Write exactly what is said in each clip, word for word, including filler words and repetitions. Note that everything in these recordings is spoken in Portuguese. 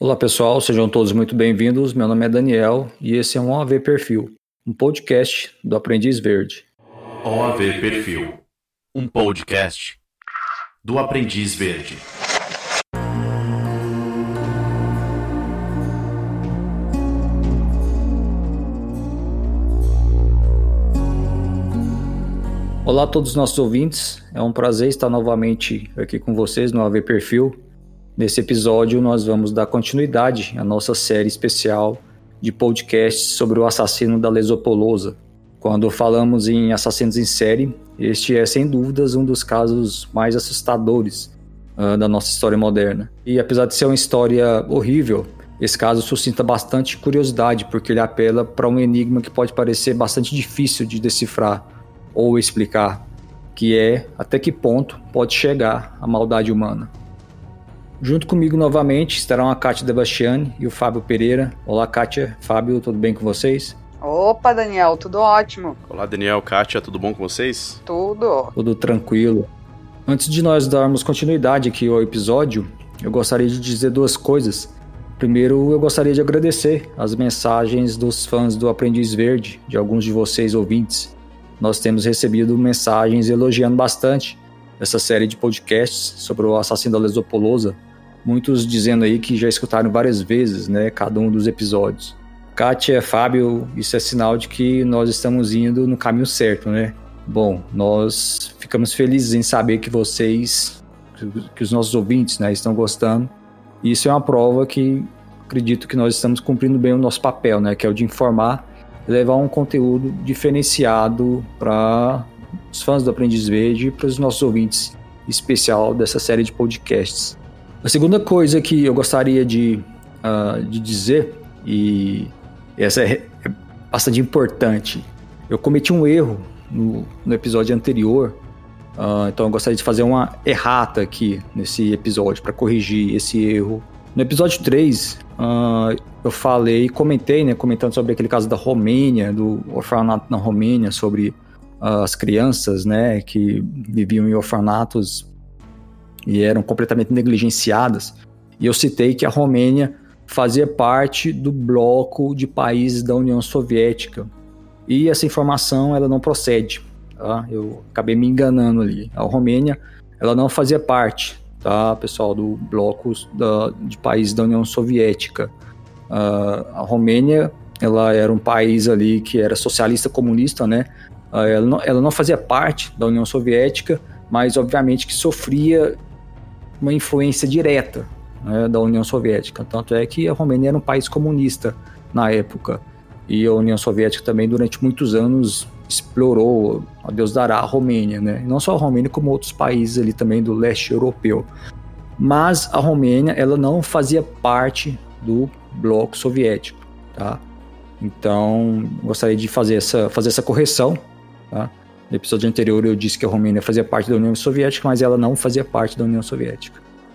Olá pessoal, sejam todos muito bem-vindos. Meu nome é Daniel e esse é um O A V Perfil, um podcast do Aprendiz Verde. O A V Perfil, um podcast do Aprendiz Verde. Olá a todos os nossos ouvintes, é um prazer estar novamente aqui com vocês no O A V Perfil. Nesse episódio nós vamos dar continuidade à nossa série especial de podcasts sobre o assassino da Lesopolosa. Quando falamos em assassinos em série, este é sem dúvidas um dos casos mais assustadores uh, da nossa história moderna. E apesar de ser uma história horrível, esse caso suscita bastante curiosidade, porque ele apela para um enigma que pode parecer bastante difícil de decifrar ou explicar, que é até que ponto pode chegar a maldade humana. Junto comigo novamente estarão a Kátia Debastiani e o Fábio Pereira. Olá Kátia, Fábio, tudo bem com vocês? Opa Daniel, tudo ótimo. Olá Daniel, Kátia, tudo bom com vocês? Tudo. Tudo tranquilo. Antes de nós darmos continuidade aqui ao episódio, eu gostaria de dizer duas coisas. Primeiro, eu gostaria de agradecer as mensagens dos fãs do Aprendiz Verde, de alguns de vocês ouvintes. Nós temos recebido mensagens elogiando bastante essa série de podcasts sobre o assassino da Lesopolosa. Muitos dizendo aí que já escutaram várias vezes, né, cada um dos episódios. Kátia, Fábio, isso é sinal de que nós estamos indo no caminho certo, né? Bom, nós ficamos felizes em saber que vocês, que os nossos ouvintes, né, estão gostando. E isso é uma prova que acredito que nós estamos cumprindo bem o nosso papel, né, que é o de informar e levar um conteúdo diferenciado para os fãs do Aprendiz Verde e para os nossos ouvintes, em especial dessa série de podcasts. A segunda coisa que eu gostaria de, uh, de dizer, e essa é, é bastante importante, eu cometi um erro no, no episódio anterior, uh, então eu gostaria de fazer uma errata aqui nesse episódio para corrigir esse erro. No episódio três, uh, eu falei, comentei, né, comentando sobre aquele caso da Romênia, do orfanato na Romênia, sobre uh, as crianças, né, que viviam em orfanatos e eram completamente negligenciadas. E eu citei que a Romênia fazia parte do bloco de países da União Soviética. E essa informação ela não procede. Tá? Eu acabei me enganando ali. A Romênia ela não fazia parte, tá, pessoal, do bloco da, de países da União Soviética. Uh, a Romênia ela era um país ali que era socialista comunista, né? Uh, ela, não, ela não fazia parte da União Soviética, mas obviamente que sofria uma influência direta, né, da União Soviética. Tanto é que a Romênia era um país comunista na época. E a União Soviética também, durante muitos anos, explorou, a Deus dará, a Romênia, né? E não só a Romênia, como outros países ali também do leste europeu. Mas a Romênia, ela não fazia parte do bloco soviético, tá? Então, gostaria de fazer essa, fazer essa correção, tá? No episódio anterior eu disse que a Romênia fazia parte da União Soviética, mas ela não fazia parte da União Soviética.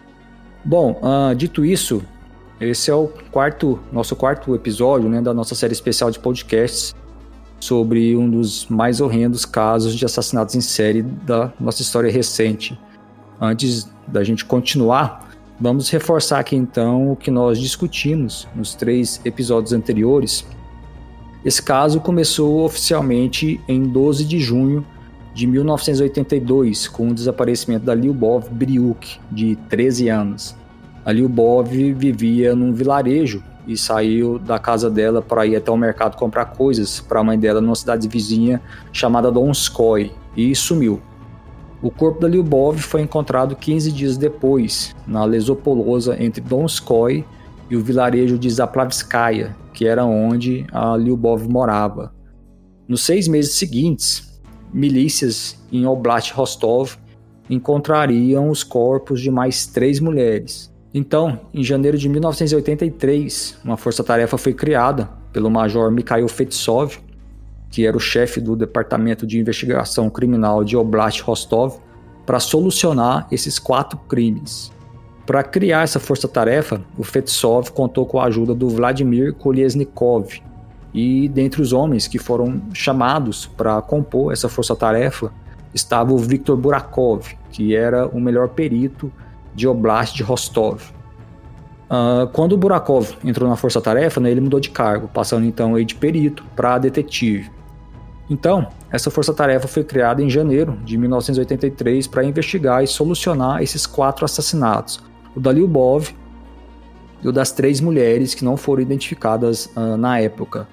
Bom, uh, dito isso, esse é o quarto, nosso quarto episódio, né, da nossa série especial de podcasts sobre um dos mais horrendos casos de assassinatos em série da nossa história recente. Antes da gente continuar, vamos reforçar aqui então o que nós discutimos nos três episódios anteriores. Esse caso começou oficialmente em doze de junho de mil novecentos e oitenta e dois, com o desaparecimento da Lyubov Bryuk, de treze anos. A Lyubov vivia num vilarejo e saiu da casa dela para ir até o mercado comprar coisas para a mãe dela numa cidade vizinha chamada Donskoy, e sumiu. O corpo da Lyubov foi encontrado quinze dias depois, na Lesopolosa, entre Donskoy e o vilarejo de Zaplavskaya, que era onde a Lyubov morava. Nos seis meses seguintes, milícias em Oblast Rostov encontrariam os corpos de mais três mulheres. Então, em janeiro de mil novecentos e oitenta e três, uma força-tarefa foi criada pelo major Mikhail Fetsov, que era o chefe do Departamento de Investigação Criminal de Oblast Rostov, para solucionar esses quatro crimes. Para criar essa força-tarefa, o Fetsov contou com a ajuda do Vladimir Kolesnikov, e dentre os homens que foram chamados para compor essa força-tarefa estava o Viktor Burakov, que era o melhor perito de Oblast de Rostov. Uh, quando o Burakov entrou na força-tarefa, né, ele mudou de cargo, passando então aí de perito para detetive. Então, essa força-tarefa foi criada em janeiro de mil novecentos e oitenta e três para investigar e solucionar esses quatro assassinatos, o da Lyubov e o das três mulheres que não foram identificadas uh, na época.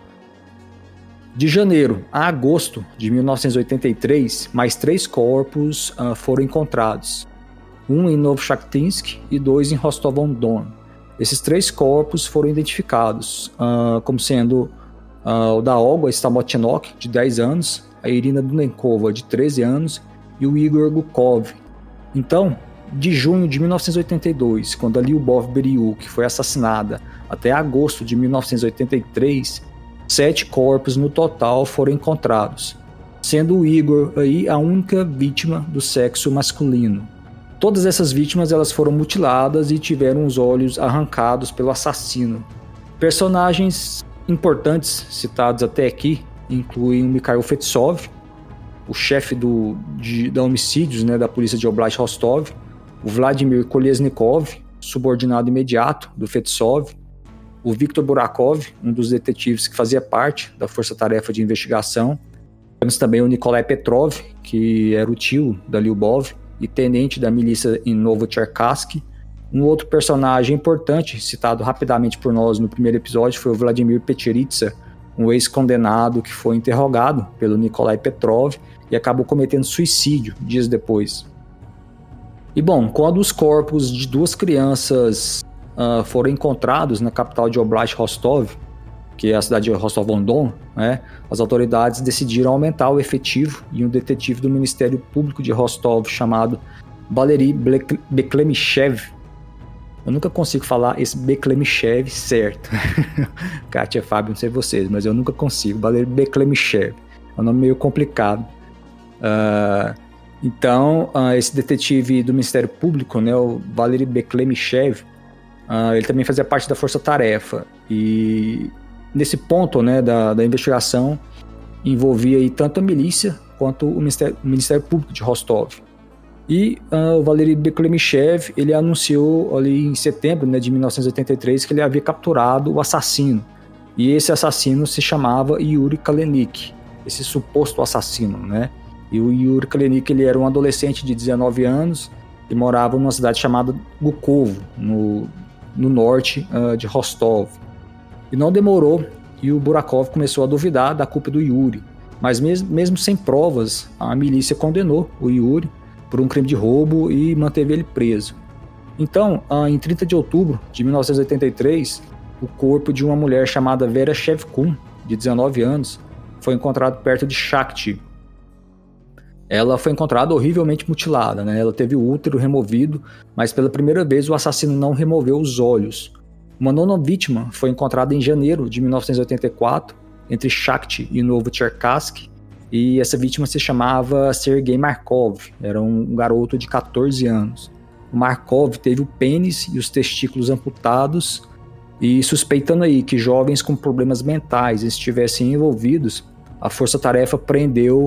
De janeiro a agosto de mil novecentos e oitenta e três, mais três corpos uh, foram encontrados, um em Novoshakhtinsk e dois em Rostov-on-Don. Esses três corpos foram identificados uh, como sendo uh, o da Olga Stamotchenok, de dez anos, a Irina Dunenkova, de treze anos, e o Igor Gukov. Então, de junho de mil novecentos e oitenta e dois, quando a Lyubov Beryuk foi assassinada, até agosto de mil novecentos e oitenta e três, sete corpos no total foram encontrados, sendo o Igor aí a única vítima do sexo masculino. Todas essas vítimas elas foram mutiladas e tiveram os olhos arrancados pelo assassino. Personagens importantes citados até aqui incluem o Mikhail Fetsov, o chefe do, de, da homicídios, né, da polícia de Oblast Rostov, o Vladimir Kolesnikov, subordinado imediato do Fetsov, o Viktor Burakov, um dos detetives que fazia parte da força-tarefa de investigação. Temos também o Nikolai Petrov, que era o tio da Lyubov e tenente da milícia em Novocherkassk. Um outro personagem importante, citado rapidamente por nós no primeiro episódio, foi o Vladimir Pecheritsa, um ex-condenado que foi interrogado pelo Nikolai Petrov e acabou cometendo suicídio dias depois. E bom, quando os corpos de duas crianças uh, foram encontrados na capital de Oblast Rostov, que é a cidade de Rostov-on-Don, né, as autoridades decidiram aumentar o efetivo e um detetive do Ministério Público de Rostov chamado Valery Beklemichev. Eu nunca consigo falar esse Beklemichev certo. Kátia, Fábio, não sei vocês, mas eu nunca consigo. Valery Beklemichev. É um nome meio complicado. Uh, então, uh, esse detetive do Ministério Público, né, o Valery Beklemichev, uh, ele também fazia parte da força-tarefa. E nesse ponto, né, da, da investigação, envolvia aí tanto a milícia quanto o Ministério, o Ministério Público de Rostov. E uh, o Valery Beklemichev, ele anunciou ali em setembro, né, de mil novecentos e oitenta e três que ele havia capturado o assassino. E esse assassino se chamava Yuri Kalenik, esse suposto assassino, né? E o Yuri Kalenik, ele era um adolescente de dezenove anos e morava numa cidade chamada Gukovo, no, no norte uh, de Rostov. E não demorou e o Burakov começou a duvidar da culpa do Yuri. Mas mesmo, mesmo sem provas, a milícia condenou o Yuri por um crime de roubo e manteve ele preso. Então, em trinta de outubro de mil novecentos e oitenta e três, o corpo de uma mulher chamada Vera Shevkun, de dezenove anos, foi encontrado perto de Shakhty. Ela foi encontrada horrivelmente mutilada, né? Ela teve o útero removido, mas pela primeira vez o assassino não removeu os olhos. Uma nona vítima foi encontrada em janeiro de mil novecentos e oitenta e quatro, entre Shakhty e Novocherkassk, e essa vítima se chamava Sergei Markov, era um garoto de catorze anos. O Markov teve o pênis e os testículos amputados, e suspeitando aí que jovens com problemas mentais estivessem envolvidos, a força-tarefa prendeu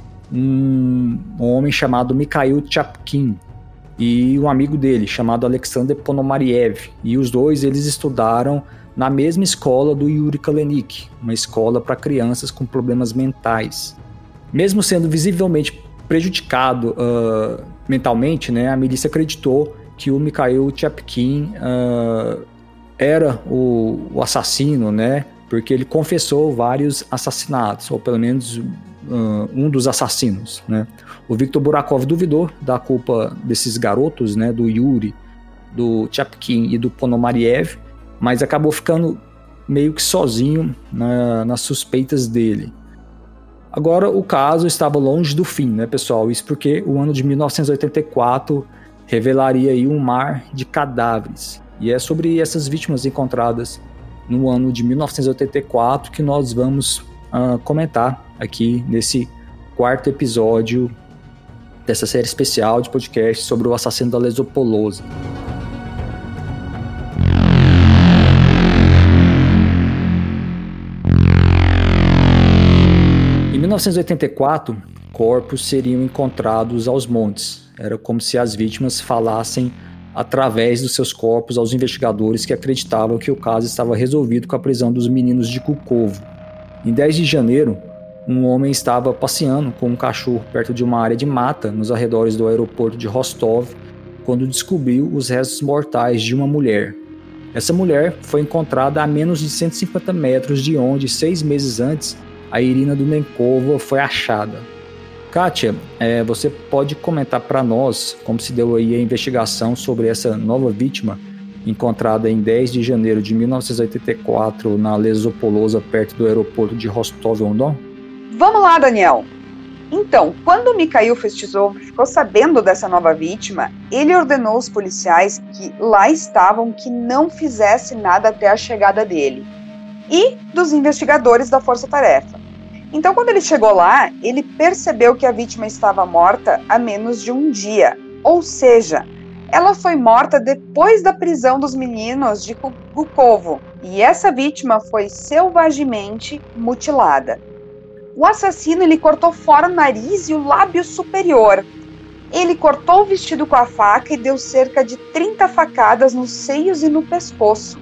um homem chamado Mikhail Chapkin e um amigo dele, chamado Alexander Ponomariev, e os dois eles estudaram na mesma escola do Yuri Kalenik, uma escola para crianças com problemas mentais. Mesmo sendo visivelmente prejudicado uh, mentalmente, né, a milícia acreditou que o Mikhail Chapkin uh, era o, o assassino, né, porque ele confessou vários assassinatos, ou pelo menos uh, um dos assassinos, né. O Viktor Burakov duvidou da culpa desses garotos, né, do Yuri, do Chapkin e do Ponomariev, mas acabou ficando meio que sozinho na, nas suspeitas dele. Agora, o caso estava longe do fim, né, pessoal? Isso porque o ano de mil novecentos e oitenta e quatro revelaria aí um mar de cadáveres. E é sobre essas vítimas encontradas no ano de mil novecentos e oitenta e quatro que nós vamos uh, comentar aqui nesse quarto episódio dessa série especial de podcast sobre o assassino da Lesopolose. Em mil novecentos e oitenta e quatro, corpos seriam encontrados aos montes. Era como se as vítimas falassem através dos seus corpos aos investigadores que acreditavam que o caso estava resolvido com a prisão dos meninos de Kukovo. Em dez de janeiro, um homem estava passeando com um cachorro perto de uma área de mata nos arredores do aeroporto de Rostov quando descobriu os restos mortais de uma mulher. Essa mulher foi encontrada a menos de cento e cinquenta metros de onde, seis meses antes, a Irina Dunenkova foi achada. Kátia, é, você pode comentar para nós como se deu aí a investigação sobre essa nova vítima encontrada em dez de janeiro de mil novecentos e oitenta e quatro na Lesopolosa, perto do aeroporto de Rostov-on-Don? Vamos lá, Daniel. Então, quando Mikhail Festizov ficou sabendo dessa nova vítima, ele ordenou os policiais que lá estavam que não fizesse nada até a chegada dele e dos investigadores da Força Tarefa. Então, quando ele chegou lá, ele percebeu que a vítima estava morta há menos de um dia, ou seja, ela foi morta depois da prisão dos meninos de Kukovo, e essa vítima foi selvagemente mutilada. O assassino ele cortou fora o nariz e o lábio superior. Ele cortou o vestido com a faca e deu cerca de trinta facadas nos seios e no pescoço.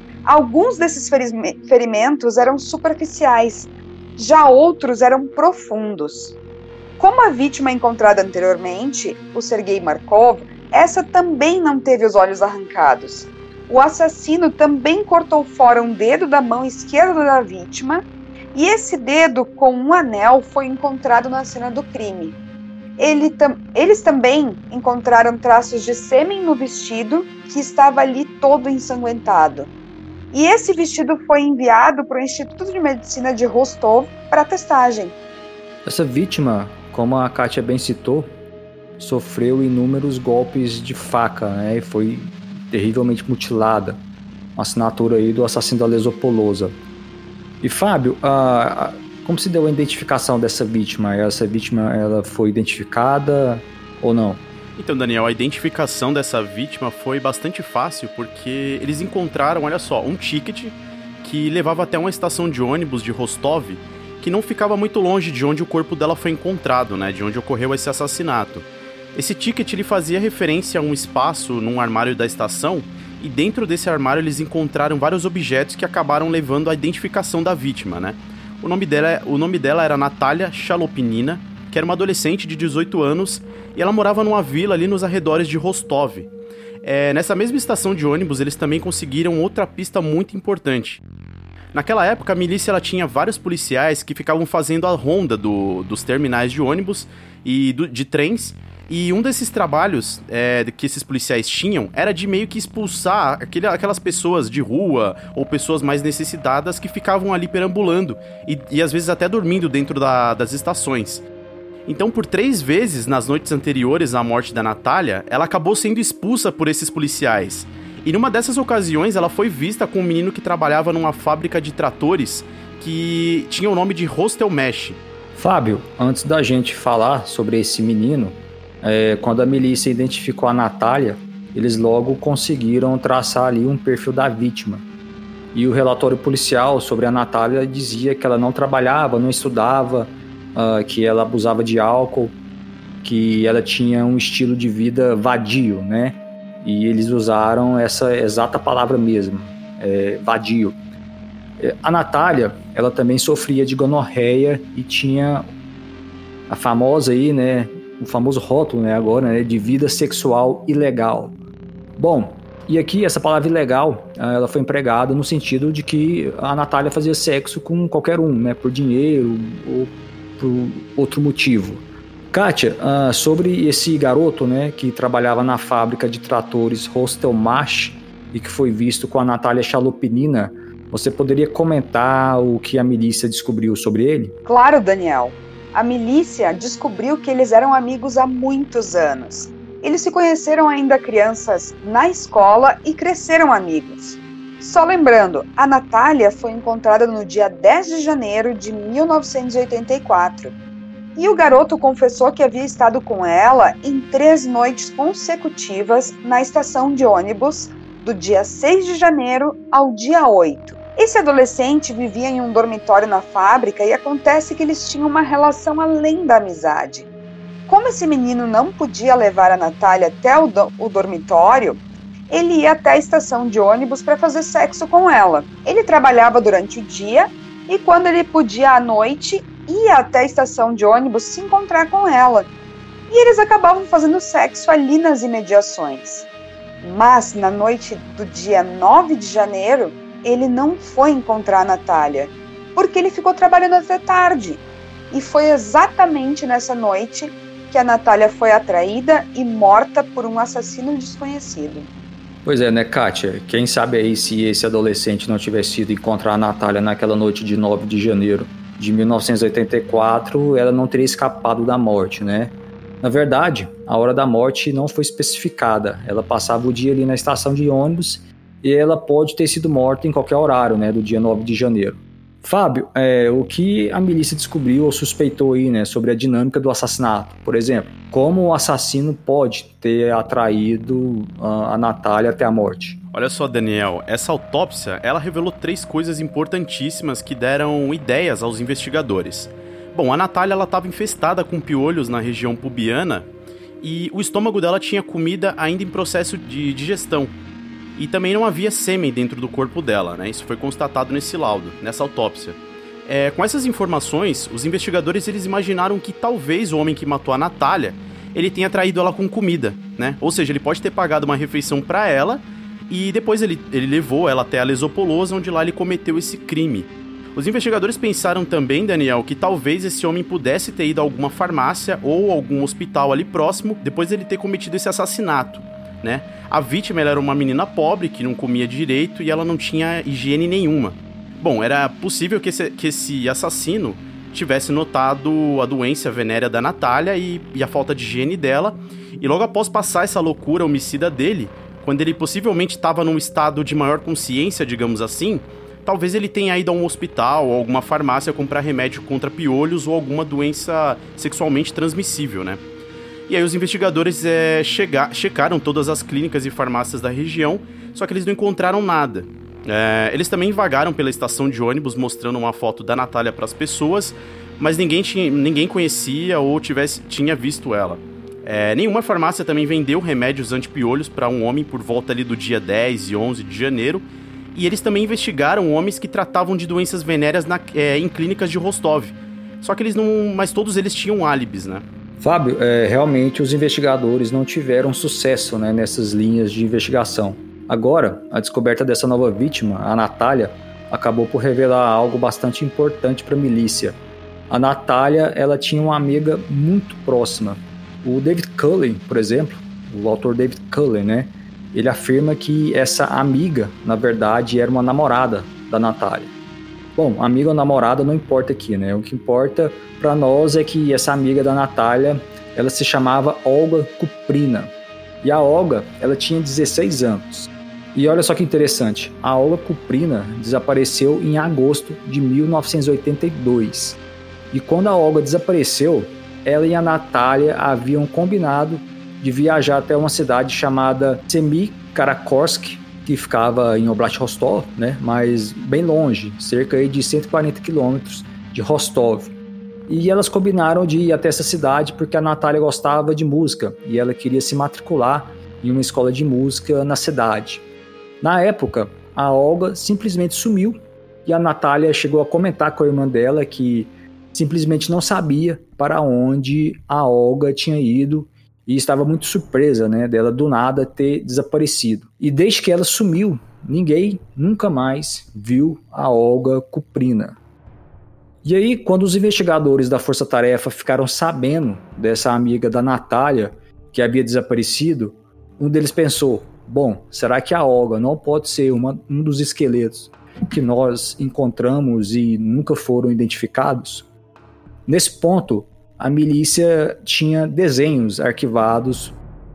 Alguns desses ferimentos eram superficiais, já outros eram profundos. Como a vítima encontrada anteriormente, o Sergei Markov, essa também não teve os olhos arrancados. O assassino também cortou fora um dedo da mão esquerda da vítima, e esse dedo com um anel foi encontrado na cena do crime. Ele tam- eles também encontraram traços de sêmen no vestido, que estava ali todo ensanguentado. E esse vestido foi enviado para o Instituto de Medicina de Rostov para testagem. Essa vítima, como a Kátia bem citou, sofreu inúmeros golpes de faca, né, e foi terrivelmente mutilada. Uma assinatura aí do assassino da Lesopolosa. E Fábio, a, a, como se deu a identificação dessa vítima? Essa vítima ela foi identificada ou não? Então, Daniel, a identificação dessa vítima foi bastante fácil porque eles encontraram, olha só, um ticket que levava até uma estação de ônibus de Rostov que não ficava muito longe de onde o corpo dela foi encontrado, né, de onde ocorreu esse assassinato. Esse ticket ele fazia referência a um espaço num armário da estação e dentro desse armário eles encontraram vários objetos que acabaram levando à identificação da vítima, né? O nome dela, o nome dela era Natalia Shalopinina, que era uma adolescente de dezoito anos, e ela morava numa vila ali nos arredores de Rostov. É, nessa mesma estação de ônibus, eles também conseguiram outra pista muito importante. Naquela época, a milícia ela tinha vários policiais que ficavam fazendo a ronda do, dos terminais de ônibus e do, de trens, e um desses trabalhos é, que esses policiais tinham era de meio que expulsar aquele, aquelas pessoas de rua ou pessoas mais necessitadas que ficavam ali perambulando e, e às vezes até dormindo dentro da, das estações. Então, por três vezes nas noites anteriores à morte da Natália, ela acabou sendo expulsa por esses policiais. E numa dessas ocasiões, ela foi vista com um menino que trabalhava numa fábrica de tratores que tinha o nome de Rostelmesh. Fábio, antes da gente falar sobre esse menino, é, quando a milícia identificou a Natália, eles logo conseguiram traçar ali um perfil da vítima. E o relatório policial sobre a Natália dizia que ela não trabalhava, não estudava, Uh, que ela abusava de álcool, que ela tinha um estilo de vida vadio, né? E eles usaram essa exata palavra mesmo, é, vadio. A Natália, ela também sofria de gonorreia e tinha a famosa aí, né? O famoso rótulo, né? Agora, né? De vida sexual ilegal. Bom, e aqui essa palavra ilegal, ela foi empregada no sentido de que a Natália fazia sexo com qualquer um, né? Por dinheiro ou por outro motivo. Kátia, uh, sobre esse garoto, né, que trabalhava na fábrica de tratores Rostelmash e que foi visto com a Natalia Shalopinina, você poderia comentar o que a milícia descobriu sobre ele? Claro, Daniel. A milícia descobriu que eles eram amigos há muitos anos. Eles se conheceram ainda crianças na escola e cresceram amigos. Só lembrando, a Natália foi encontrada no dia dez de janeiro de mil novecentos e oitenta e quatro. E o garoto confessou que havia estado com ela em três noites consecutivas na estação de ônibus do dia seis de janeiro ao dia oito. Esse adolescente vivia em um dormitório na fábrica e acontece que eles tinham uma relação além da amizade. como esse menino não podia levar a Natália até o, do- o dormitório, ele ia até a estação de ônibus para fazer sexo com ela. Ele trabalhava durante o dia e quando ele podia à noite, ia até a estação de ônibus se encontrar com ela. E eles acabavam fazendo sexo ali nas imediações. Mas na noite do dia nove de janeiro, ele não foi encontrar a Natália, porque ele ficou trabalhando até tarde. E foi exatamente nessa noite que a Natália foi atraída e morta por um assassino desconhecido. Pois é, né, Kátia? Quem sabe aí se esse adolescente não tivesse ido encontrar a Natália naquela noite de nove de janeiro de mil novecentos e oitenta e quatro, ela não teria escapado da morte, né? Na verdade, a hora da morte não foi especificada. Ela passava o dia ali na estação de ônibus e ela pode ter sido morta em qualquer horário, né, do dia nove de janeiro. Fábio, é, o que a milícia descobriu ou suspeitou aí, né, sobre a dinâmica do assassinato? Por exemplo, como o assassino pode ter atraído a, a Natália até a morte? Olha só, Daniel, essa autópsia, ela revelou três coisas importantíssimas que deram ideias aos investigadores. Bom, a Natália, ela estava infestada com piolhos na região pubiana e o estômago dela tinha comida ainda em processo de digestão. E também não havia sêmen dentro do corpo dela, né? Isso foi constatado nesse laudo, nessa autópsia. É, com essas informações, os investigadores eles imaginaram que talvez o homem que matou a Natália, ele tenha traído ela com comida, né? Ou seja, ele pode ter pagado uma refeição para ela e depois ele, ele levou ela até a Lesopolôs, onde lá ele cometeu esse crime. Os investigadores pensaram também, Daniel, que talvez esse homem pudesse ter ido a alguma farmácia ou algum hospital ali próximo depois dele ter cometido esse assassinato, né? A vítima ela era uma menina pobre que não comia direito e ela não tinha higiene nenhuma. Bom, era possível que esse, que esse assassino tivesse notado a doença venérea da Natália e, e a falta de higiene dela, e logo após passar essa loucura homicida dele, quando ele possivelmente estava num estado de maior consciência, digamos assim, talvez ele tenha ido a um hospital ou alguma farmácia comprar remédio contra piolhos ou alguma doença sexualmente transmissível, né? E aí os investigadores é, chega, checaram todas as clínicas e farmácias da região, só que eles não encontraram nada. É, eles também vagaram pela estação de ônibus mostrando uma foto da Natália para as pessoas, mas ninguém, tinha, ninguém conhecia ou tivesse, tinha visto ela. É, nenhuma farmácia também vendeu remédios antipiolhos para um homem por volta ali do dia dez e onze de janeiro, e eles também investigaram homens que tratavam de doenças venéreas na, é, em clínicas de Rostov. Só que eles não... Mas todos eles tinham álibis, né? Fábio, é, realmente os investigadores não tiveram sucesso, né, nessas linhas de investigação. Agora, a descoberta dessa nova vítima, a Natália, acabou por revelar algo bastante importante para a milícia. A Natália, ela tinha uma amiga muito próxima. O David Cullen, por exemplo, o autor David Cullen, né, ele afirma que essa amiga, na verdade, era uma namorada da Natália. Bom, amiga ou namorada não importa aqui, né? O que importa para nós é que essa amiga da Natália, ela se chamava Olga Kuprina. E a Olga, ela tinha dezesseis anos. E olha só que interessante, a Olga Kuprina desapareceu em agosto de mil novecentos e oitenta e dois. E quando a Olga desapareceu, ela e a Natália haviam combinado de viajar até uma cidade chamada Semikarakorsk, que ficava em Oblast Rostov, né, mas bem longe, cerca de cento e quarenta quilômetros de Rostov. E elas combinaram de ir até essa cidade porque a Natália gostava de música e ela queria se matricular em uma escola de música na cidade. Na época, a Olga simplesmente sumiu e a Natália chegou a comentar com a irmã dela que simplesmente não sabia para onde a Olga tinha ido e estava muito surpresa, né, dela do nada ter desaparecido. E desde que ela sumiu, ninguém nunca mais viu a Olga Kuprina. E aí, quando os investigadores da Força Tarefa ficaram sabendo dessa amiga da Natália que havia desaparecido, um deles pensou, bom, será que a Olga não pode ser uma, um dos esqueletos que nós encontramos e nunca foram identificados? Nesse ponto, a milícia tinha desenhos arquivados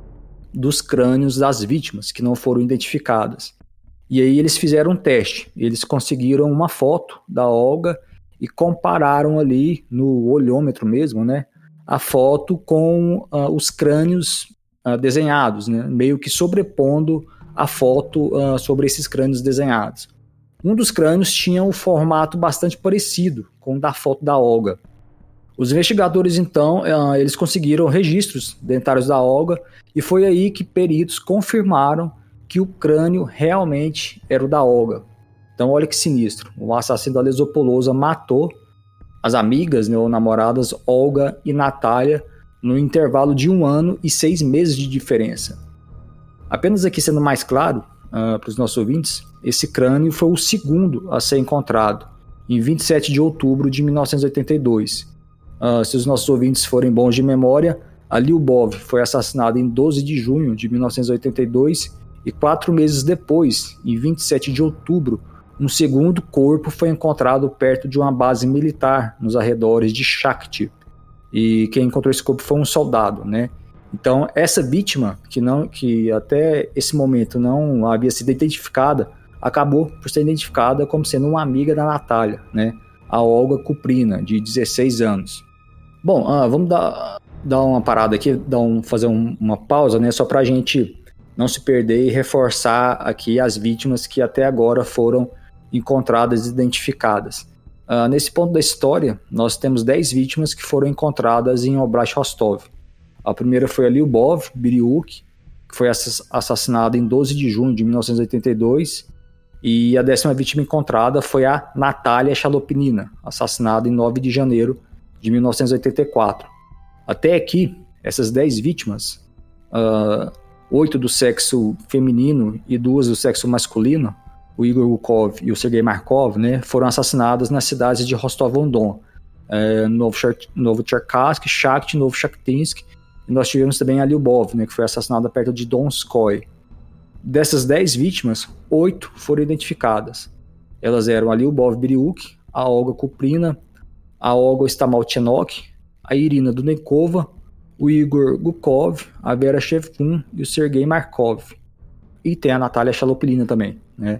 dos crânios das vítimas que não foram identificadas. E aí eles fizeram um teste. Eles conseguiram uma foto da Olga e compararam ali no olhômetro mesmo, né, a foto com uh, os crânios uh, desenhados, né, meio que sobrepondo a foto uh, sobre esses crânios desenhados. Um dos crânios tinha um formato bastante parecido com o da foto da Olga. Os investigadores, então, eles conseguiram registros dentários da Olga e foi aí que peritos confirmaram que o crânio realmente era o da Olga. Então, olha que sinistro. O assassino da Lesopolosa matou as amigas, né, ou namoradas Olga e Natália no intervalo de um ano e seis meses de diferença. Apenas aqui sendo mais claro uh, para os nossos ouvintes, esse crânio foi o segundo a ser encontrado, em vinte e sete de outubro de mil novecentos e oitenta e dois. Uh, se os nossos ouvintes forem bons de memória, a Lyubov foi assassinada em doze de junho de mil novecentos e oitenta e dois e quatro meses depois, em vinte e sete de outubro, um segundo corpo foi encontrado perto de uma base militar nos arredores de Shakhty. E quem encontrou esse corpo foi um soldado, né? Então, essa vítima, que, não, que até esse momento não havia sido identificada, acabou por ser identificada como sendo uma amiga da Natália, né? A Olga Kuprina, de dezesseis anos. Bom, ah, vamos dar, dar uma parada aqui, dar um, fazer um, uma pausa, né? Só para a gente não se perder e reforçar aqui as vítimas que até agora foram encontradas e identificadas. Uh, nesse ponto da história, nós temos dez vítimas que foram encontradas em Oblast Rostov. A primeira foi a Lyubov Biryuk, que foi assassinada em doze de junho de mil novecentos e oitenta e dois, e a décima vítima encontrada foi a Natália Chalopnina, assassinada em nove de janeiro de mil novecentos e oitenta e quatro. Até aqui, essas dez vítimas, uh, oito do sexo feminino e duas do sexo masculino, o Igor Gukov e o Sergei Markov, né, foram assassinadas nas cidades de Rostov-on-Don, é, Novo-Cherkassk, Shakhty, Novo-Shakhtinsk, e nós tivemos também a Lyubov, né, que foi assassinada perto de Donskoy. Dessas dez vítimas, oito foram identificadas. Elas eram a Lyubov Biryuk, a Olga Kuprina, a Olga Stamalchenok, a Irina Dunenkova, o Igor Gukov, a Vera Shevkun e o Sergei Markov. E tem a Natália Chalopnina também, né?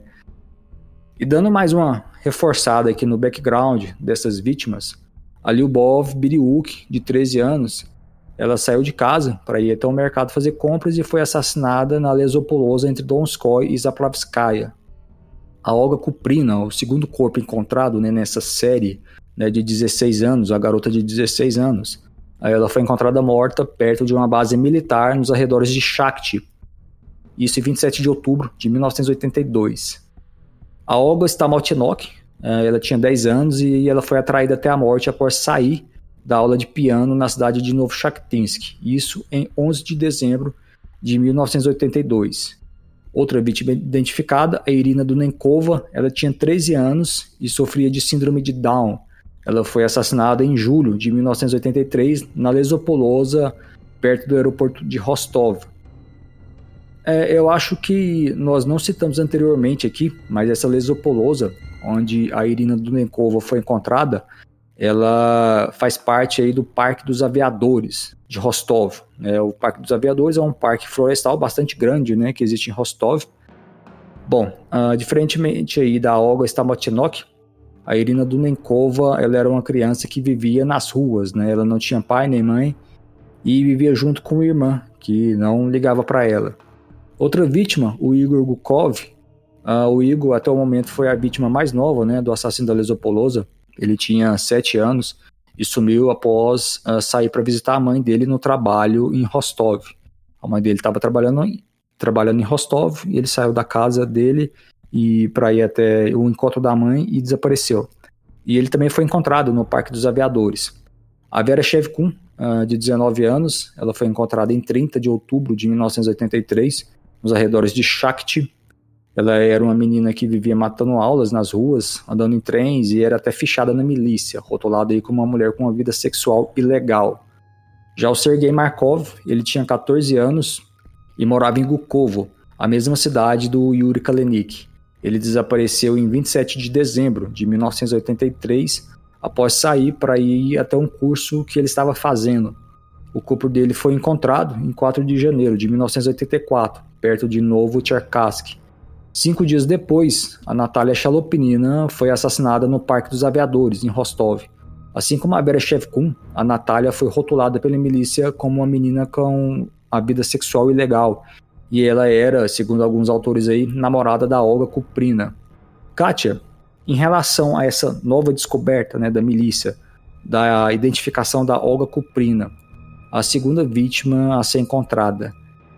E dando mais uma reforçada aqui no background dessas vítimas, a Lyubov Biryuk, de treze anos, ela saiu de casa para ir até o mercado fazer compras e foi assassinada na Lesopolosa entre Donskoy e Zaplavskaya. A Olga Kuprina, o segundo corpo encontrado, né, nessa série, né, de dezesseis anos, a garota de dezesseis anos, ela foi encontrada morta perto de uma base militar nos arredores de Shakhty. Isso em vinte e sete de outubro de mil novecentos e oitenta e dois. A Olga Stamalchenok, ela tinha dez anos e ela foi atraída até a morte após sair da aula de piano na cidade de Novo-Shakhtinsk. Isso em onze de dezembro de mil novecentos e oitenta e dois. Outra vítima identificada, a Irina Dunenkova, ela tinha treze anos e sofria de síndrome de Down. Ela foi assassinada em julho de mil novecentos e oitenta e três na Lesopolosa, perto do aeroporto de Rostov. É, eu acho que nós não citamos anteriormente aqui, mas essa Lesopolosa, onde a Irina Dunenkova foi encontrada, ela faz parte aí do Parque dos Aviadores de Rostov. É, o Parque dos Aviadores é um parque florestal bastante grande, né, que existe em Rostov. Bom, uh, diferentemente aí da Olga Stamalchenok, a Irina Dunenkova, ela era uma criança que vivia nas ruas, né, ela não tinha pai nem mãe e vivia junto com a irmã, que não ligava para ela. Outra vítima, o Igor Gukov, uh, o Igor até o momento foi a vítima mais nova, né, do assassino da Lesopolosa. Ele tinha sete anos e sumiu após uh, sair para visitar a mãe dele no trabalho em Rostov. A mãe dele estava trabalhando, trabalhando em Rostov e ele saiu da casa dele e para ir até o encontro da mãe e desapareceu. E ele também foi encontrado no Parque dos Aviadores. A Vera Shevkun, uh, de dezenove anos, ela foi encontrada em trinta de outubro de mil novecentos e oitenta e três, nos arredores de Shakhty. Ela era uma menina que vivia matando aulas nas ruas, andando em trens e era até fichada na milícia, rotulada aí como uma mulher com uma vida sexual ilegal. Já o Sergei Markov, ele tinha catorze anos e morava em Gukovo, a mesma cidade do Yuri Kalenik. Ele desapareceu em vinte e sete de dezembro de mil novecentos e oitenta e três, após sair para ir até um curso que ele estava fazendo. O corpo dele foi encontrado em quatro de janeiro de mil novecentos e oitenta e quatro, perto de Novo-Cherkassk. Cinco dias depois, a Natália Chalopnina foi assassinada no Parque dos Aviadores, em Rostov. Assim como a Vera Shevkun, a Natália foi rotulada pela milícia como uma menina com a vida sexual ilegal. E ela era, segundo alguns autores aí, namorada da Olga Kuprina. Kátia, em relação a essa nova descoberta, né, da milícia, da identificação da Olga Kuprina, a segunda vítima a ser encontrada,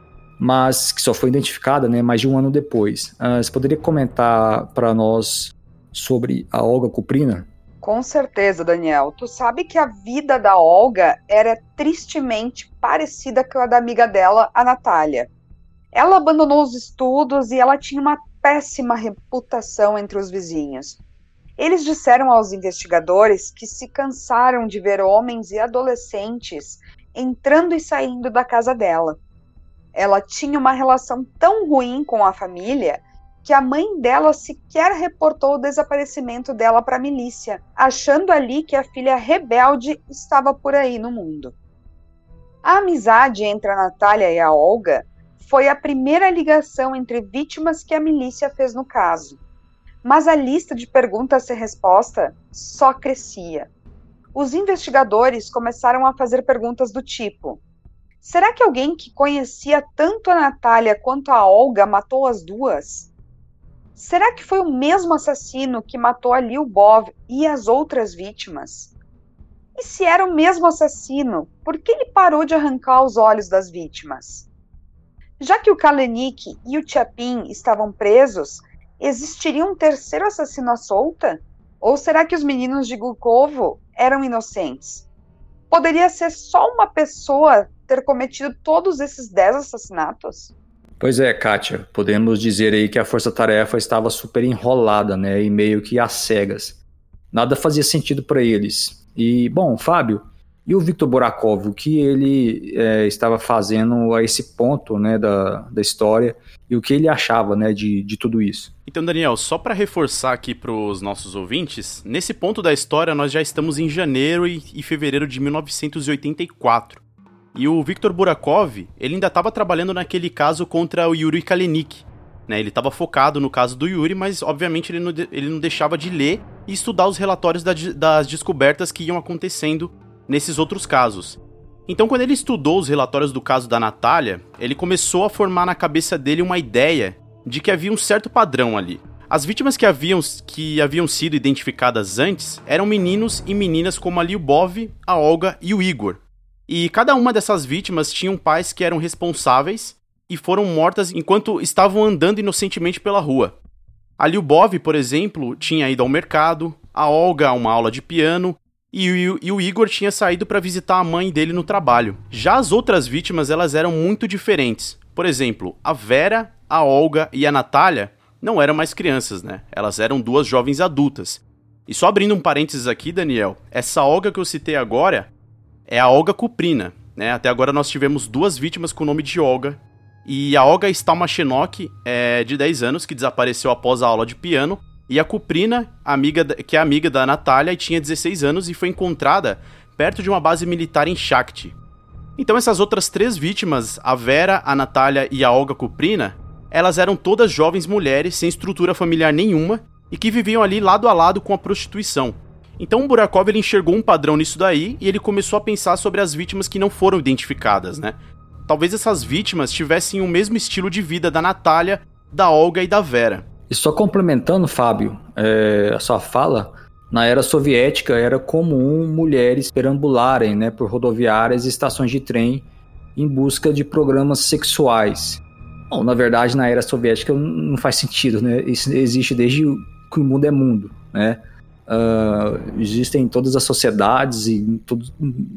mas que só foi identificada, né, mais de um ano depois. Uh, você poderia comentar para nós sobre a Olga Kuprina? Com certeza, Daniel. Tu sabe que a vida da Olga era tristemente parecida com a da amiga dela, a Natália. Ela abandonou os estudos e ela tinha uma péssima reputação entre os vizinhos. Eles disseram aos investigadores que se cansaram de ver homens e adolescentes entrando e saindo da casa dela. Ela tinha uma relação tão ruim com a família que a mãe dela sequer reportou o desaparecimento dela para a milícia, achando ali que a filha rebelde estava por aí no mundo. A amizade entre a Natália e a Olga foi a primeira ligação entre vítimas que a milícia fez no caso. Mas a lista de perguntas sem resposta só crescia. Os investigadores começaram a fazer perguntas do tipo: será que alguém que conhecia tanto a Natália quanto a Olga matou as duas? Será que foi o mesmo assassino que matou a Lyubov e as outras vítimas? E se era o mesmo assassino, por que ele parou de arrancar os olhos das vítimas? Já que o Kalenik e o Tchapin estavam presos, existiria um terceiro assassino à solta? Ou será que os meninos de Gulkovo eram inocentes? Poderia ser só uma pessoa ter cometido todos esses dez assassinatos? Pois é, Kátia, podemos dizer aí que a força-tarefa estava super enrolada, né, e meio que às cegas. Nada fazia sentido para eles. E, bom, Fábio, e o Victor Burakov, o que ele é, estava fazendo a esse ponto, né, da, da história, e o que ele achava, né, de, de tudo isso? Então, Daniel, só para reforçar aqui para os nossos ouvintes, nesse ponto da história nós já estamos em janeiro e, e fevereiro de mil novecentos e oitenta e quatro. E o Victor Burakov, ele ainda estava trabalhando naquele caso contra o Yuri Kalenik, né? Ele estava focado no caso do Yuri, mas obviamente ele não, de, ele não deixava de ler e estudar os relatórios da, das descobertas que iam acontecendo nesses outros casos. Então, quando ele estudou os relatórios do caso da Natália, ele começou a formar na cabeça dele uma ideia de que havia um certo padrão ali. As vítimas que haviam, que haviam sido identificadas antes eram meninos e meninas como a Lyubov, a Olga e o Igor. E cada uma dessas vítimas tinham pais que eram responsáveis e foram mortas enquanto estavam andando inocentemente pela rua. A Lyubov, por exemplo, tinha ido ao mercado, a Olga a uma aula de piano e o, e o Igor tinha saído para visitar a mãe dele no trabalho. Já as outras vítimas, elas eram muito diferentes. Por exemplo, a Vera, a Olga e a Natália não eram mais crianças, né? Elas eram duas jovens adultas. E só abrindo um parênteses aqui, Daniel, essa Olga que eu citei agora é a Olga Kuprina, né? Até agora nós tivemos duas vítimas com o nome de Olga. E a Olga Stalmachenok é de dez anos, que desapareceu após a aula de piano. E a Kuprina, amiga, que é amiga da Natália, e tinha dezesseis anos e foi encontrada perto de uma base militar em Shakhty. Então essas outras três vítimas, a Vera, a Natália e a Olga Kuprina, elas eram todas jovens mulheres sem estrutura familiar nenhuma e que viviam ali lado a lado com a prostituição. Então o Burakov ele enxergou um padrão nisso daí e ele começou a pensar sobre as vítimas que não foram identificadas, né? Talvez essas vítimas tivessem o mesmo estilo de vida da Natália, da Olga e da Vera. E só complementando, Fábio, é, a sua fala, na era soviética era comum mulheres perambularem, né, por rodoviárias e estações de trem em busca de programas sexuais. Bom, na verdade, na era soviética não faz sentido, né? Isso existe desde que o mundo é mundo, né? Uh, existem em todas as sociedades e em tudo,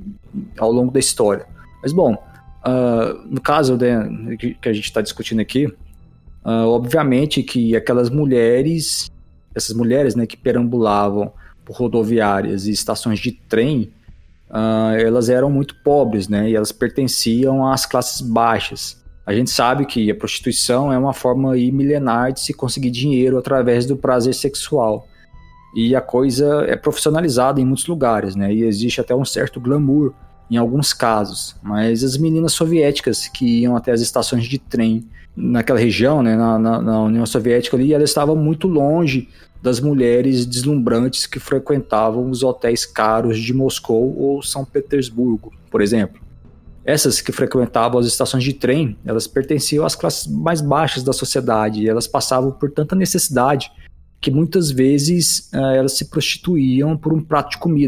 ao longo da história. Mas bom, uh, no caso, né, que, que a gente está discutindo aqui, uh, obviamente que aquelas mulheres, essas mulheres, né, que perambulavam por rodoviárias e estações de trem, uh, elas eram muito pobres, né, e elas pertenciam às classes baixas. A gente sabe que a prostituição é uma forma aí milenar de se conseguir dinheiro através do prazer sexual. E a coisa é profissionalizada em muitos lugares, né? E existe até um certo glamour em alguns casos. Mas as meninas soviéticas que iam até as estações de trem naquela região, né, na, na, na União Soviética ali, elas estavam muito longe das mulheres deslumbrantes que frequentavam os hotéis caros de Moscou ou São Petersburgo, por exemplo. Essas que frequentavam as estações de trem, elas pertenciam às classes mais baixas da sociedade e elas passavam por tanta necessidade que muitas vezes uh, elas se prostituíam por um prato de comida.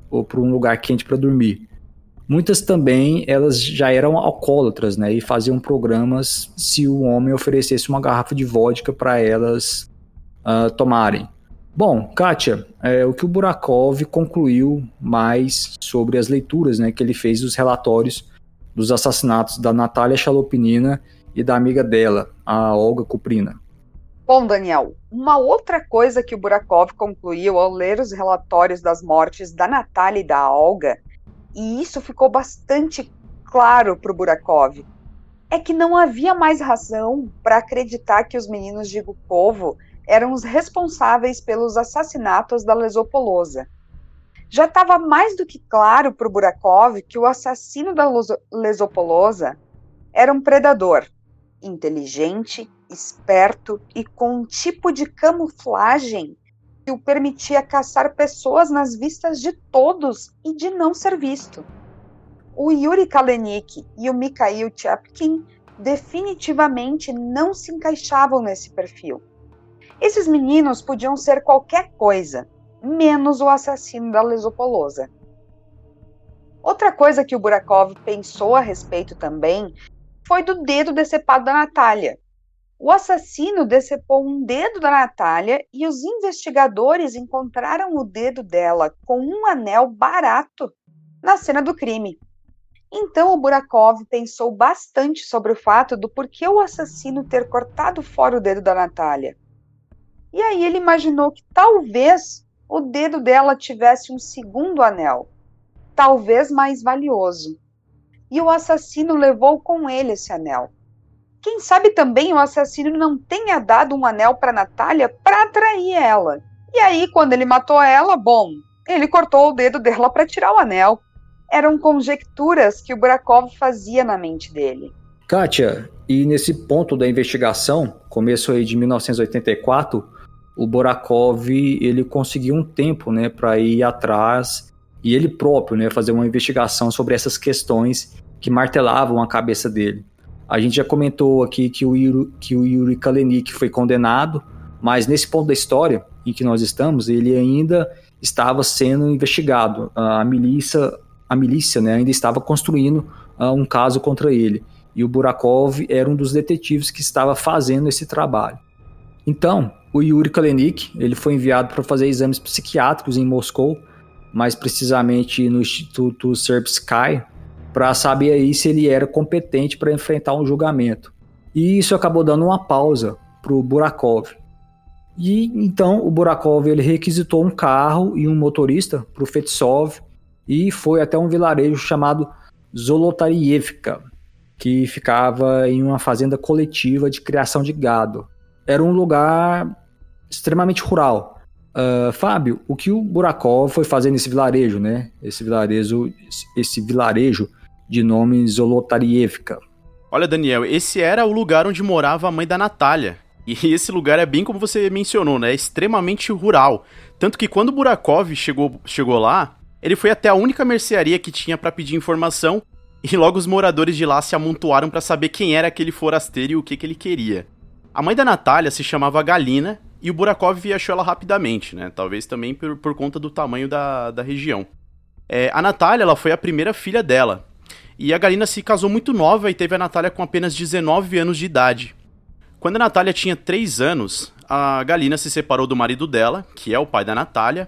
ou para um lugar quente para dormir. Muitas também, elas já eram alcoólatras, né, e faziam programas se o homem oferecesse uma garrafa de vodka para elas uh, tomarem. Bom, Kátia, é, o que o Burakov concluiu mais sobre as leituras, né, que ele fez dos relatórios dos assassinatos da Natália Chalopnina e da amiga dela, a Olga Kuprina. Bom, Daniel, uma outra coisa que o Burakov concluiu ao ler os relatórios das mortes da Natália e da Olga, e isso ficou bastante claro para o Burakov, é que não havia mais razão para acreditar que os meninos de Gukovo eram os responsáveis pelos assassinatos da Lesopolosa. Já estava mais do que claro para o Burakov que o assassino da Lesopolosa era um predador, inteligente, esperto e com um tipo de camuflagem que o permitia caçar pessoas nas vistas de todos e de não ser visto. O Yuri Kalenik e o Mikhail Tchapkin definitivamente não se encaixavam nesse perfil. Esses meninos podiam ser qualquer coisa, menos o assassino da Lesopolosa. Outra coisa que o Burakov pensou a respeito também foi do dedo decepado da Natália. O assassino decepou um dedo da Natália e os investigadores encontraram o dedo dela com um anel barato na cena do crime. Então o Burakov pensou bastante sobre o fato do porquê o assassino ter cortado fora o dedo da Natália. E aí ele imaginou que talvez o dedo dela tivesse um segundo anel, talvez mais valioso. E o assassino levou com ele esse anel. Quem sabe também o assassino não tenha dado um anel para Natália para atrair ela. E aí, quando ele matou ela, bom, ele cortou o dedo dela para tirar o anel. Eram conjecturas que o Burakov fazia na mente dele. Kátia, e nesse ponto da investigação, começo aí de mil novecentos e oitenta e quatro, o Burakov ele conseguiu um tempo, né, para ir atrás e ele próprio, né, fazer uma investigação sobre essas questões que martelavam a cabeça dele. A gente já comentou aqui que o Yuri, que o Yuri Kalenik foi condenado, mas nesse ponto da história em que nós estamos, ele ainda estava sendo investigado. A milícia, a milícia, né, ainda estava construindo uh, um caso contra ele. E o Burakov era um dos detetives que estava fazendo esse trabalho. Então, o Yuri Kalenik ele foi enviado para fazer exames psiquiátricos em Moscou, mais precisamente no Instituto Serbsky, para saber aí se ele era competente para enfrentar um julgamento. E isso acabou dando uma pausa para o Burakov. E então o Burakov ele requisitou um carro e um motorista para o Fetsov e foi até um vilarejo chamado Zolotarievka, que ficava em uma fazenda coletiva de criação de gado. Era um lugar extremamente rural. Uh, Fábio, o que o Burakov foi fazer nesse vilarejo, né? Esse vilarejo, esse vilarejo de nome Zolotarievka. Olha, Daniel, esse era o lugar onde morava a mãe da Natália. E esse lugar é bem como você mencionou, né? É extremamente rural. Tanto que quando o Burakov chegou, chegou lá, ele foi até a única mercearia que tinha para pedir informação e logo os moradores de lá se amontoaram para saber quem era aquele forasteiro e o que, que ele queria. A mãe da Natália se chamava Galina e o Burakov achou ela rapidamente, né? Talvez também por, por conta do tamanho da, da região. É, a Natália ela foi a primeira filha dela. E a Galina se casou muito nova e teve a Natália com apenas dezenove anos de idade. Quando a Natália tinha três anos, a Galina se separou do marido dela, que é o pai da Natália.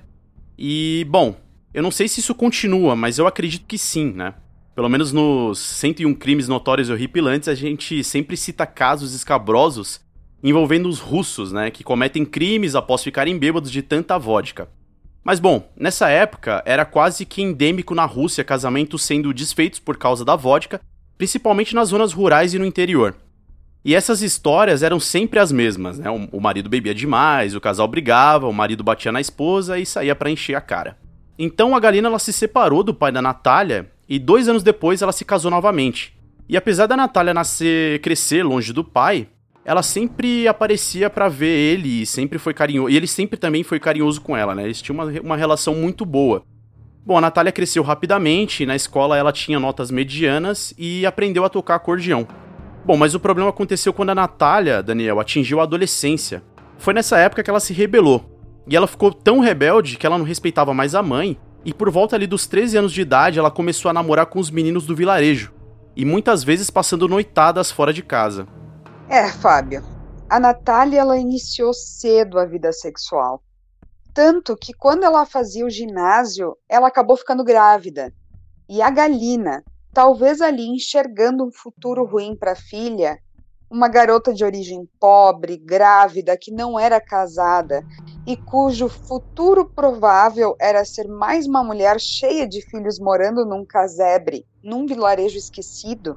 E, bom, eu não sei se isso continua, mas eu acredito que sim, né? Pelo menos nos cento e um crimes notórios e horripilantes, a gente sempre cita casos escabrosos envolvendo os russos, né? Que cometem crimes após ficarem bêbados de tanta vodka. Mas bom, nessa época era quase que endêmico na Rússia casamentos sendo desfeitos por causa da vodka, principalmente nas zonas rurais e no interior. E essas histórias eram sempre as mesmas, né? O marido bebia demais, o casal brigava, o marido batia na esposa e saía pra encher a cara. Então a Galina ela se separou do pai da Natália e dois anos depois ela se casou novamente. E apesar da Natália nascer, crescer longe do pai, ela sempre aparecia pra ver ele e sempre foi carinhoso. E ele sempre também foi carinhoso com ela, né? Eles tinham uma, uma relação muito boa. Bom, a Natália cresceu rapidamente, na escola ela tinha notas medianas e aprendeu a tocar acordeão. Bom, mas o problema aconteceu quando a Natália, Daniel, atingiu a adolescência. Foi nessa época que ela se rebelou. E ela ficou tão rebelde que ela não respeitava mais a mãe E por volta ali dos treze anos de idade, ela começou a namorar com os meninos do vilarejo, e muitas vezes passando noitadas fora de casa. É, Fábio, a Natália ela iniciou cedo a vida sexual. Tanto que quando ela fazia o ginásio, ela acabou ficando grávida. E a Galina, talvez ali enxergando um futuro ruim para a filha, uma garota de origem pobre, grávida, que não era casada e cujo futuro provável era ser mais uma mulher cheia de filhos morando num casebre, num vilarejo esquecido.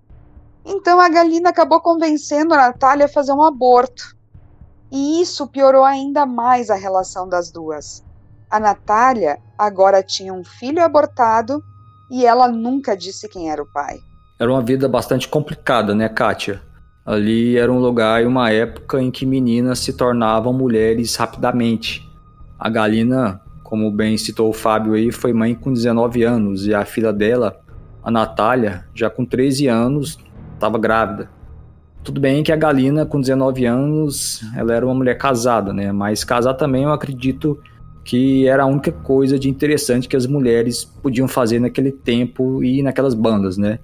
Então a Galina acabou convencendo a Natália a fazer um aborto. E isso piorou ainda mais a relação das duas. A Natália agora tinha um filho abortado e ela nunca disse quem era o pai. Era uma vida bastante complicada, né, Kátia? Ali era um lugar e uma época em que meninas se tornavam mulheres rapidamente. A Galina, como bem citou o Fábio aí, foi mãe com dezenove anos e a filha dela, a Natália, já com treze anos, estava grávida. Tudo bem que a Galina, com dezenove anos, ela era uma mulher casada, né? Mas casar também eu acredito que era a única coisa de interessante que as mulheres podiam fazer naquele tempo e naquelas bandas, né?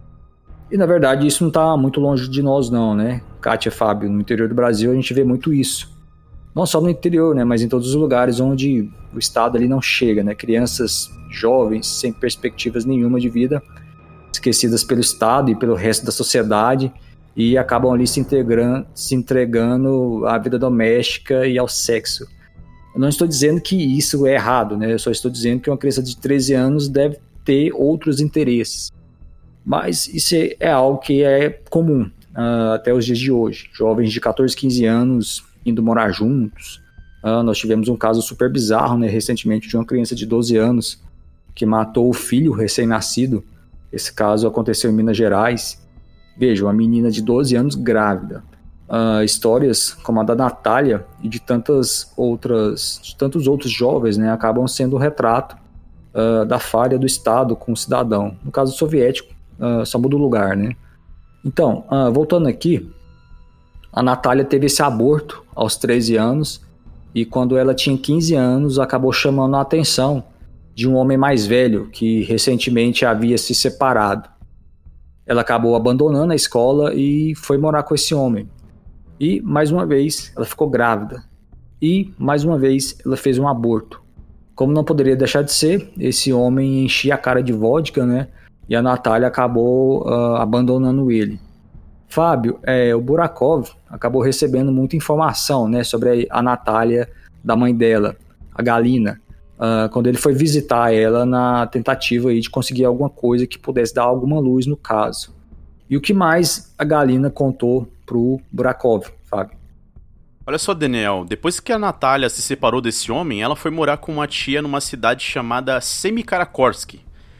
E na verdade isso não está muito longe de nós não, né? Kátia, Fábio, no interior do Brasil a gente vê muito isso. Não só no interior, né? Mas em todos os lugares onde o Estado ali não chega, né? Crianças jovens, sem perspectivas nenhuma de vida, esquecidas pelo Estado e pelo resto da sociedade, e acabam ali se, integrando, se entregando à vida doméstica e ao sexo. Eu não estou dizendo que isso é errado, né? Eu só estou dizendo que uma criança de treze anos deve ter outros interesses. Mas isso é algo que é comum uh, até os dias de hoje. Jovens de catorze, quinze anos indo morar juntos. Uh, nós tivemos um caso super bizarro, né, recentemente, de uma criança de doze anos que matou o filho recém-nascido. Esse caso aconteceu em Minas Gerais. Veja, uma menina de doze anos grávida. Uh, histórias como a da Natália e de tantas outras, de tantos outros jovens, né, acabam sendo o retrato uh, da falha do Estado com o cidadão. No caso soviético, uh, só muda o lugar, né? Então, uh, voltando aqui, a Natália teve esse aborto aos treze anos e quando ela tinha quinze anos acabou chamando a atenção de um homem mais velho que recentemente havia se separado. Ela acabou abandonando a escola e foi morar com esse homem. E, mais uma vez, ela ficou grávida. E, mais uma vez, ela fez um aborto. Como não poderia deixar de ser, esse homem enchia a cara de vodka, né? E a Natália acabou uh, abandonando ele. Fábio, é, o Burakov acabou recebendo muita informação, né, sobre a Natália da mãe dela, a Galina, uh, quando ele foi visitar ela na tentativa aí de conseguir alguma coisa que pudesse dar alguma luz no caso. E o que mais a Galina contou pro Burakov, Fábio? Olha só, Daniel, depois que a Natália se separou desse homem, ela foi morar com uma tia numa cidade chamada Semikarakorsky.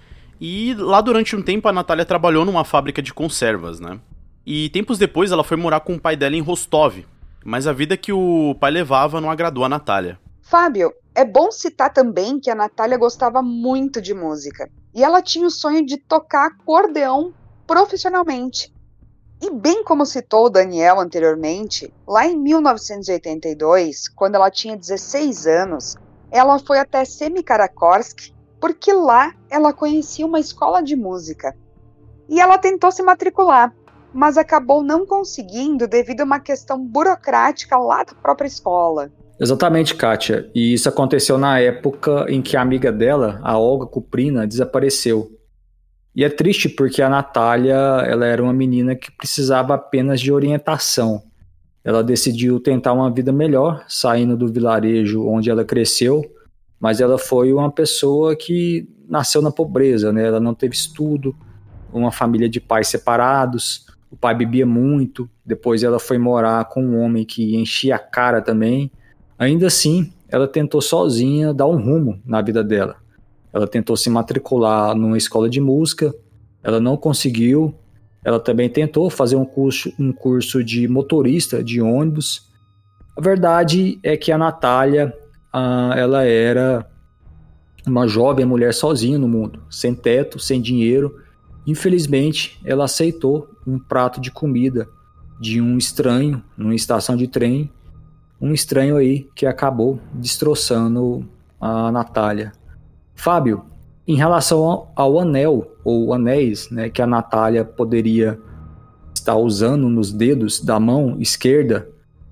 E lá durante um tempo a Natália trabalhou numa fábrica de conservas, né? E tempos depois ela foi morar com o pai dela em Rostov, mas a vida que o pai levava não agradou a Natália. Fábio, é bom citar também que a Natália gostava muito de música, e ela tinha o sonho de tocar acordeão profissionalmente. E bem como citou o Daniel anteriormente, lá em mil novecentos e oitenta e dois, quando ela tinha dezesseis anos, ela foi até Semikarakorsky, porque lá ela conhecia uma escola de música. E ela tentou se matricular, mas acabou não conseguindo devido a uma questão burocrática lá da própria escola. Exatamente, Kátia. E isso aconteceu na época em que a amiga dela, a Olga Kuprina, desapareceu. E é triste porque a Natália, ela era uma menina que precisava apenas de orientação. Ela decidiu tentar uma vida melhor, saindo do vilarejo onde ela cresceu, mas ela foi uma pessoa que nasceu na pobreza, né? Ela não teve estudo, uma família de pais separados, o pai bebia muito, depois ela foi morar com um homem que enchia a cara também. Ainda assim, ela tentou sozinha dar um rumo na vida dela. Ela tentou se matricular numa escola de música, ela não conseguiu. Ela também tentou fazer um curso, um curso de motorista de ônibus. A verdade é que a Natália, ah, ela era uma jovem mulher sozinha no mundo, sem teto, sem dinheiro. Infelizmente, ela aceitou um prato de comida de um estranho numa estação de trem, um estranho aí que acabou destroçando a Natália. Fábio, em relação ao, ao anel, ou anéis, né, que a Natália poderia estar usando nos dedos da mão esquerda,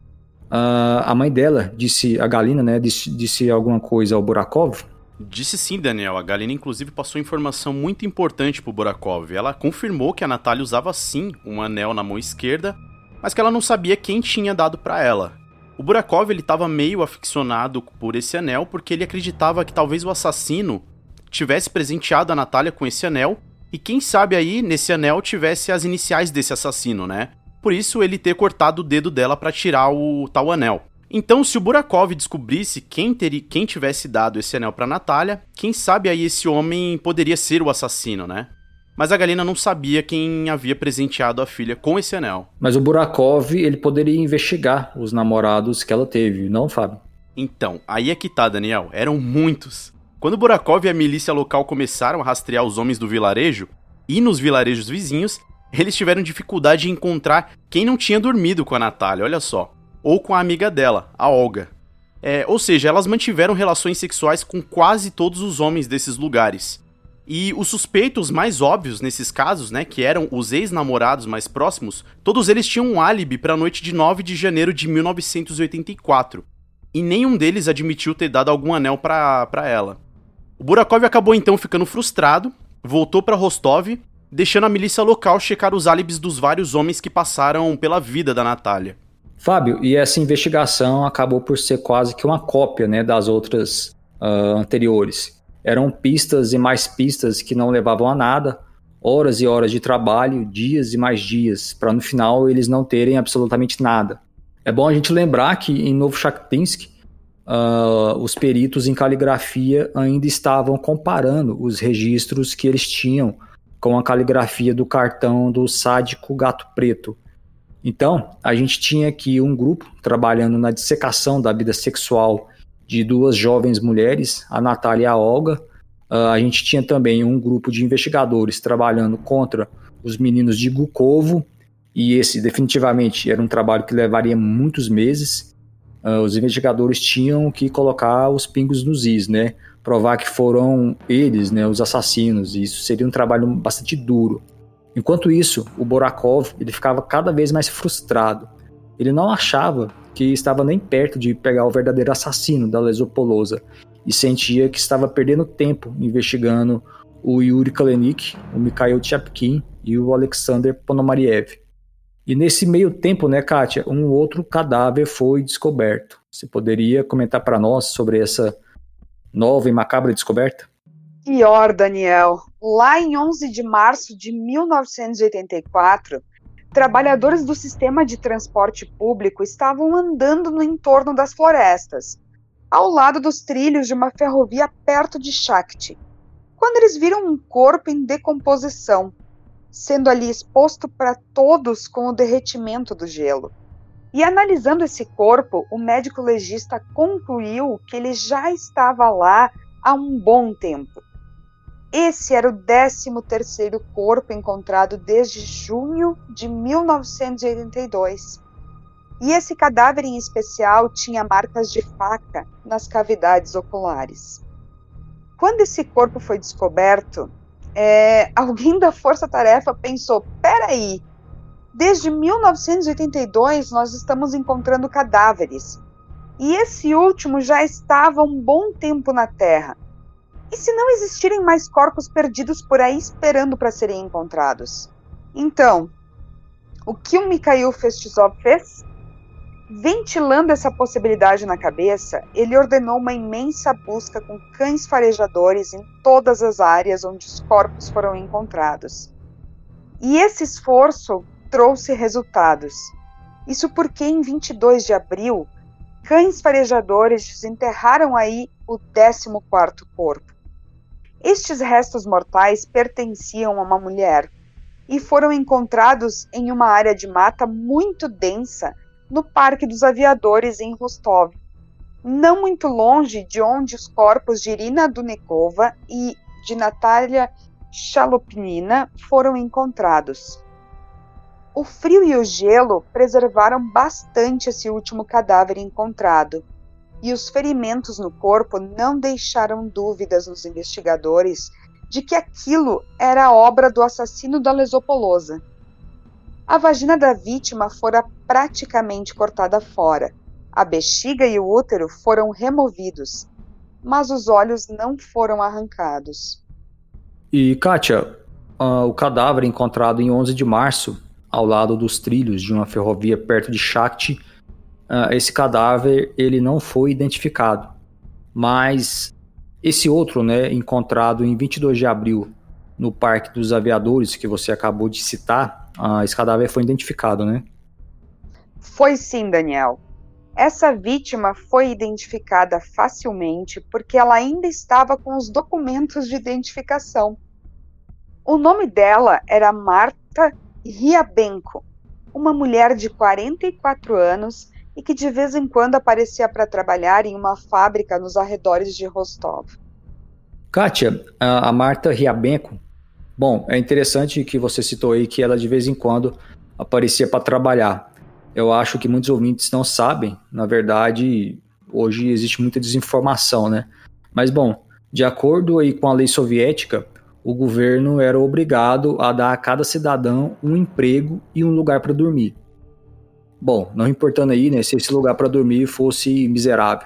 uh, a mãe dela disse, a Galina, né, disse, disse alguma coisa ao Burakov? Disse sim, Daniel. A Galina, inclusive, passou informação muito importante pro Burakov. Ela confirmou que a Natália usava sim um anel na mão esquerda, mas que ela não sabia quem tinha dado para ela. O Burakov, ele estava meio aficionado por esse anel porque ele acreditava que talvez o assassino tivesse presenteado a Natália com esse anel e quem sabe aí nesse anel tivesse as iniciais desse assassino, né? Por isso ele ter cortado o dedo dela para tirar o tal anel. Então, se o Burakov descobrisse quem, teria, quem tivesse dado esse anel para Natália, quem sabe aí esse homem poderia ser o assassino, né? Mas a Galina não sabia quem havia presenteado a filha com esse anel. Mas o Burakov, ele poderia investigar os namorados que ela teve, não, Fábio? Então, aí é que tá, Daniel. Eram muitos. Quando o Burakov e a milícia local começaram a rastrear os homens do vilarejo, e nos vilarejos vizinhos, eles tiveram dificuldade em encontrar quem não tinha dormido com a Natália, olha só. Ou com a amiga dela, a Olga. É, ou seja, elas mantiveram relações sexuais com quase todos os homens desses lugares. E os suspeitos mais óbvios nesses casos, né, que eram os ex-namorados mais próximos, todos eles tinham um álibi para a noite de nove de janeiro de mil novecentos e oitenta e quatro. E nenhum deles admitiu ter dado algum anel para para ela. O Burakov acabou então ficando frustrado, voltou para Rostov, deixando a milícia local checar os álibis dos vários homens que passaram pela vida da Natália. Fábio, e essa investigação acabou por ser quase que uma cópia, né, das outras uh, anteriores. Eram pistas e mais pistas que não levavam a nada, horas e horas de trabalho, dias e mais dias, para no final eles não terem absolutamente nada. É bom a gente lembrar que em Novochakinsk, uh, os peritos em caligrafia ainda estavam comparando os registros que eles tinham com a caligrafia do cartão do sádico Gato Preto. Então, a gente tinha aqui um grupo trabalhando na dissecação da vida sexual de duas jovens mulheres, a Natália e a Olga. Uh, a gente tinha também um grupo de investigadores trabalhando contra os meninos de Gukovo, e esse definitivamente era um trabalho que levaria muitos meses. Uh, os investigadores tinham que colocar os pingos nos is, né? Provar que foram eles, né, os assassinos, e isso seria um trabalho bastante duro. Enquanto isso, o Burakov ele ficava cada vez mais frustrado. Ele não achava que estava nem perto de pegar o verdadeiro assassino da Lesopolosa e sentia que estava perdendo tempo investigando o Yuri Kalenik, o Mikhail Tchapkin e o Alexander Ponomariev. E nesse meio tempo, né, Kátia, um outro cadáver foi descoberto. Você poderia comentar para nós sobre essa nova e macabra descoberta? Pior, Daniel. Lá em onze de março de mil novecentos e oitenta e quatro, trabalhadores do sistema de transporte público estavam andando no entorno das florestas, ao lado dos trilhos de uma ferrovia perto de Shakti, quando eles viram um corpo em decomposição, sendo ali exposto para todos com o derretimento do gelo. E analisando esse corpo, o médico legista concluiu que ele já estava lá há um bom tempo. Esse era o décimo terceiro corpo encontrado desde junho de mil novecentos e oitenta e dois. E esse cadáver em especial tinha marcas de faca nas cavidades oculares. Quando esse corpo foi descoberto, é, alguém da Força Tarefa pensou, peraí, desde mil novecentos e oitenta e dois nós estamos encontrando cadáveres. E esse último já estava há um bom tempo na Terra. E se não existirem mais corpos perdidos por aí esperando para serem encontrados? Então, o que o Mikhail Festizov fez? Ventilando essa possibilidade na cabeça, ele ordenou uma imensa busca com cães farejadores em todas as áreas onde os corpos foram encontrados. E esse esforço trouxe resultados. Isso porque em vinte e dois de abril, cães farejadores desenterraram aí o décimo quarto corpo. Estes restos mortais pertenciam a uma mulher e foram encontrados em uma área de mata muito densa no Parque dos Aviadores em Rostov, não muito longe de onde os corpos de Irina Dunekova e de Natalia Chalopnina foram encontrados. O frio e o gelo preservaram bastante esse último cadáver encontrado, e os ferimentos no corpo não deixaram dúvidas nos investigadores de que aquilo era obra do assassino da Lesopolosa. A vagina da vítima fora praticamente cortada fora, a bexiga e o útero foram removidos, mas os olhos não foram arrancados. E, Kátia, uh, o cadáver encontrado em onze de março, ao lado dos trilhos de uma ferrovia perto de Shakti, uh, esse cadáver ele não foi identificado, mas esse outro, né, encontrado em vinte e dois de abril no Parque dos Aviadores, que você acabou de citar, uh, esse cadáver foi identificado, né? Foi sim, Daniel. Essa vítima foi identificada facilmente porque ela ainda estava com os documentos de identificação. O nome dela era Marta Riabenko, uma mulher de quarenta e quatro anos e que de vez em quando aparecia para trabalhar em uma fábrica nos arredores de Rostov. Kátia, a Marta Riabenko, bom, é interessante que você citou aí que ela de vez em quando aparecia para trabalhar. Eu acho que muitos ouvintes não sabem, na verdade, hoje existe muita desinformação, né? Mas, bom, de acordo aí com a lei soviética, o governo era obrigado a dar a cada cidadão um emprego e um lugar para dormir. Bom, não importando aí, né, se esse lugar para dormir fosse miserável.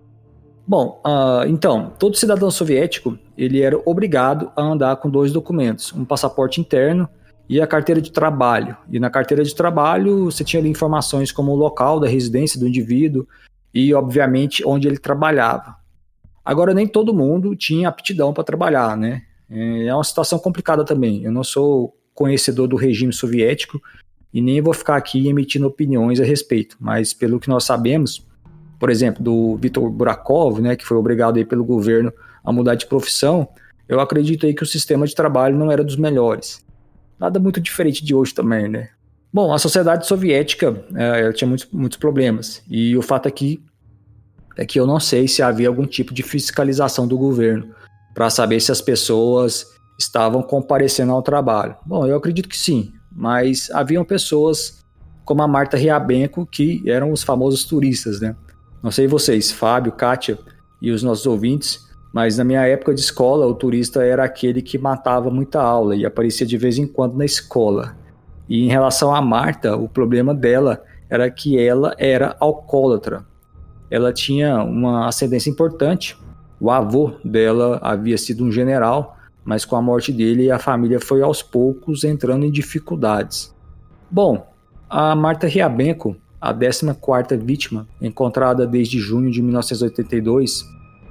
Bom, uh, então, todo cidadão soviético, ele era obrigado a andar com dois documentos, um passaporte interno e a carteira de trabalho. E na carteira de trabalho você tinha ali informações como o local da residência do indivíduo e, obviamente, onde ele trabalhava. Agora, nem todo mundo tinha aptidão para trabalhar, né? É uma situação complicada também. Eu não sou conhecedor do regime soviético e nem vou ficar aqui emitindo opiniões a respeito, mas pelo que nós sabemos, por exemplo, do Viktor Burakov, né, que foi obrigado aí pelo governo a mudar de profissão, eu acredito aí que o sistema de trabalho não era dos melhores. Nada muito diferente de hoje também, né? Bom, a sociedade soviética é, ela tinha muitos, muitos problemas. E o fato aqui é que eu não sei se havia algum tipo de fiscalização do governo para saber se as pessoas estavam comparecendo ao trabalho. Bom, eu acredito que sim, mas haviam pessoas como a Marta Riabenko que eram os famosos turistas, né? Não sei vocês, Fábio, Kátia e os nossos ouvintes, mas na minha época de escola, o turista era aquele que matava muita aula e aparecia de vez em quando na escola. E em relação a Marta, o problema dela era que ela era alcoólatra. Ela tinha uma ascendência importante. O avô dela havia sido um general, mas com a morte dele a família foi aos poucos entrando em dificuldades. Bom, a Marta Riabenko, a décima quarta vítima, encontrada desde junho de mil novecentos e oitenta e dois,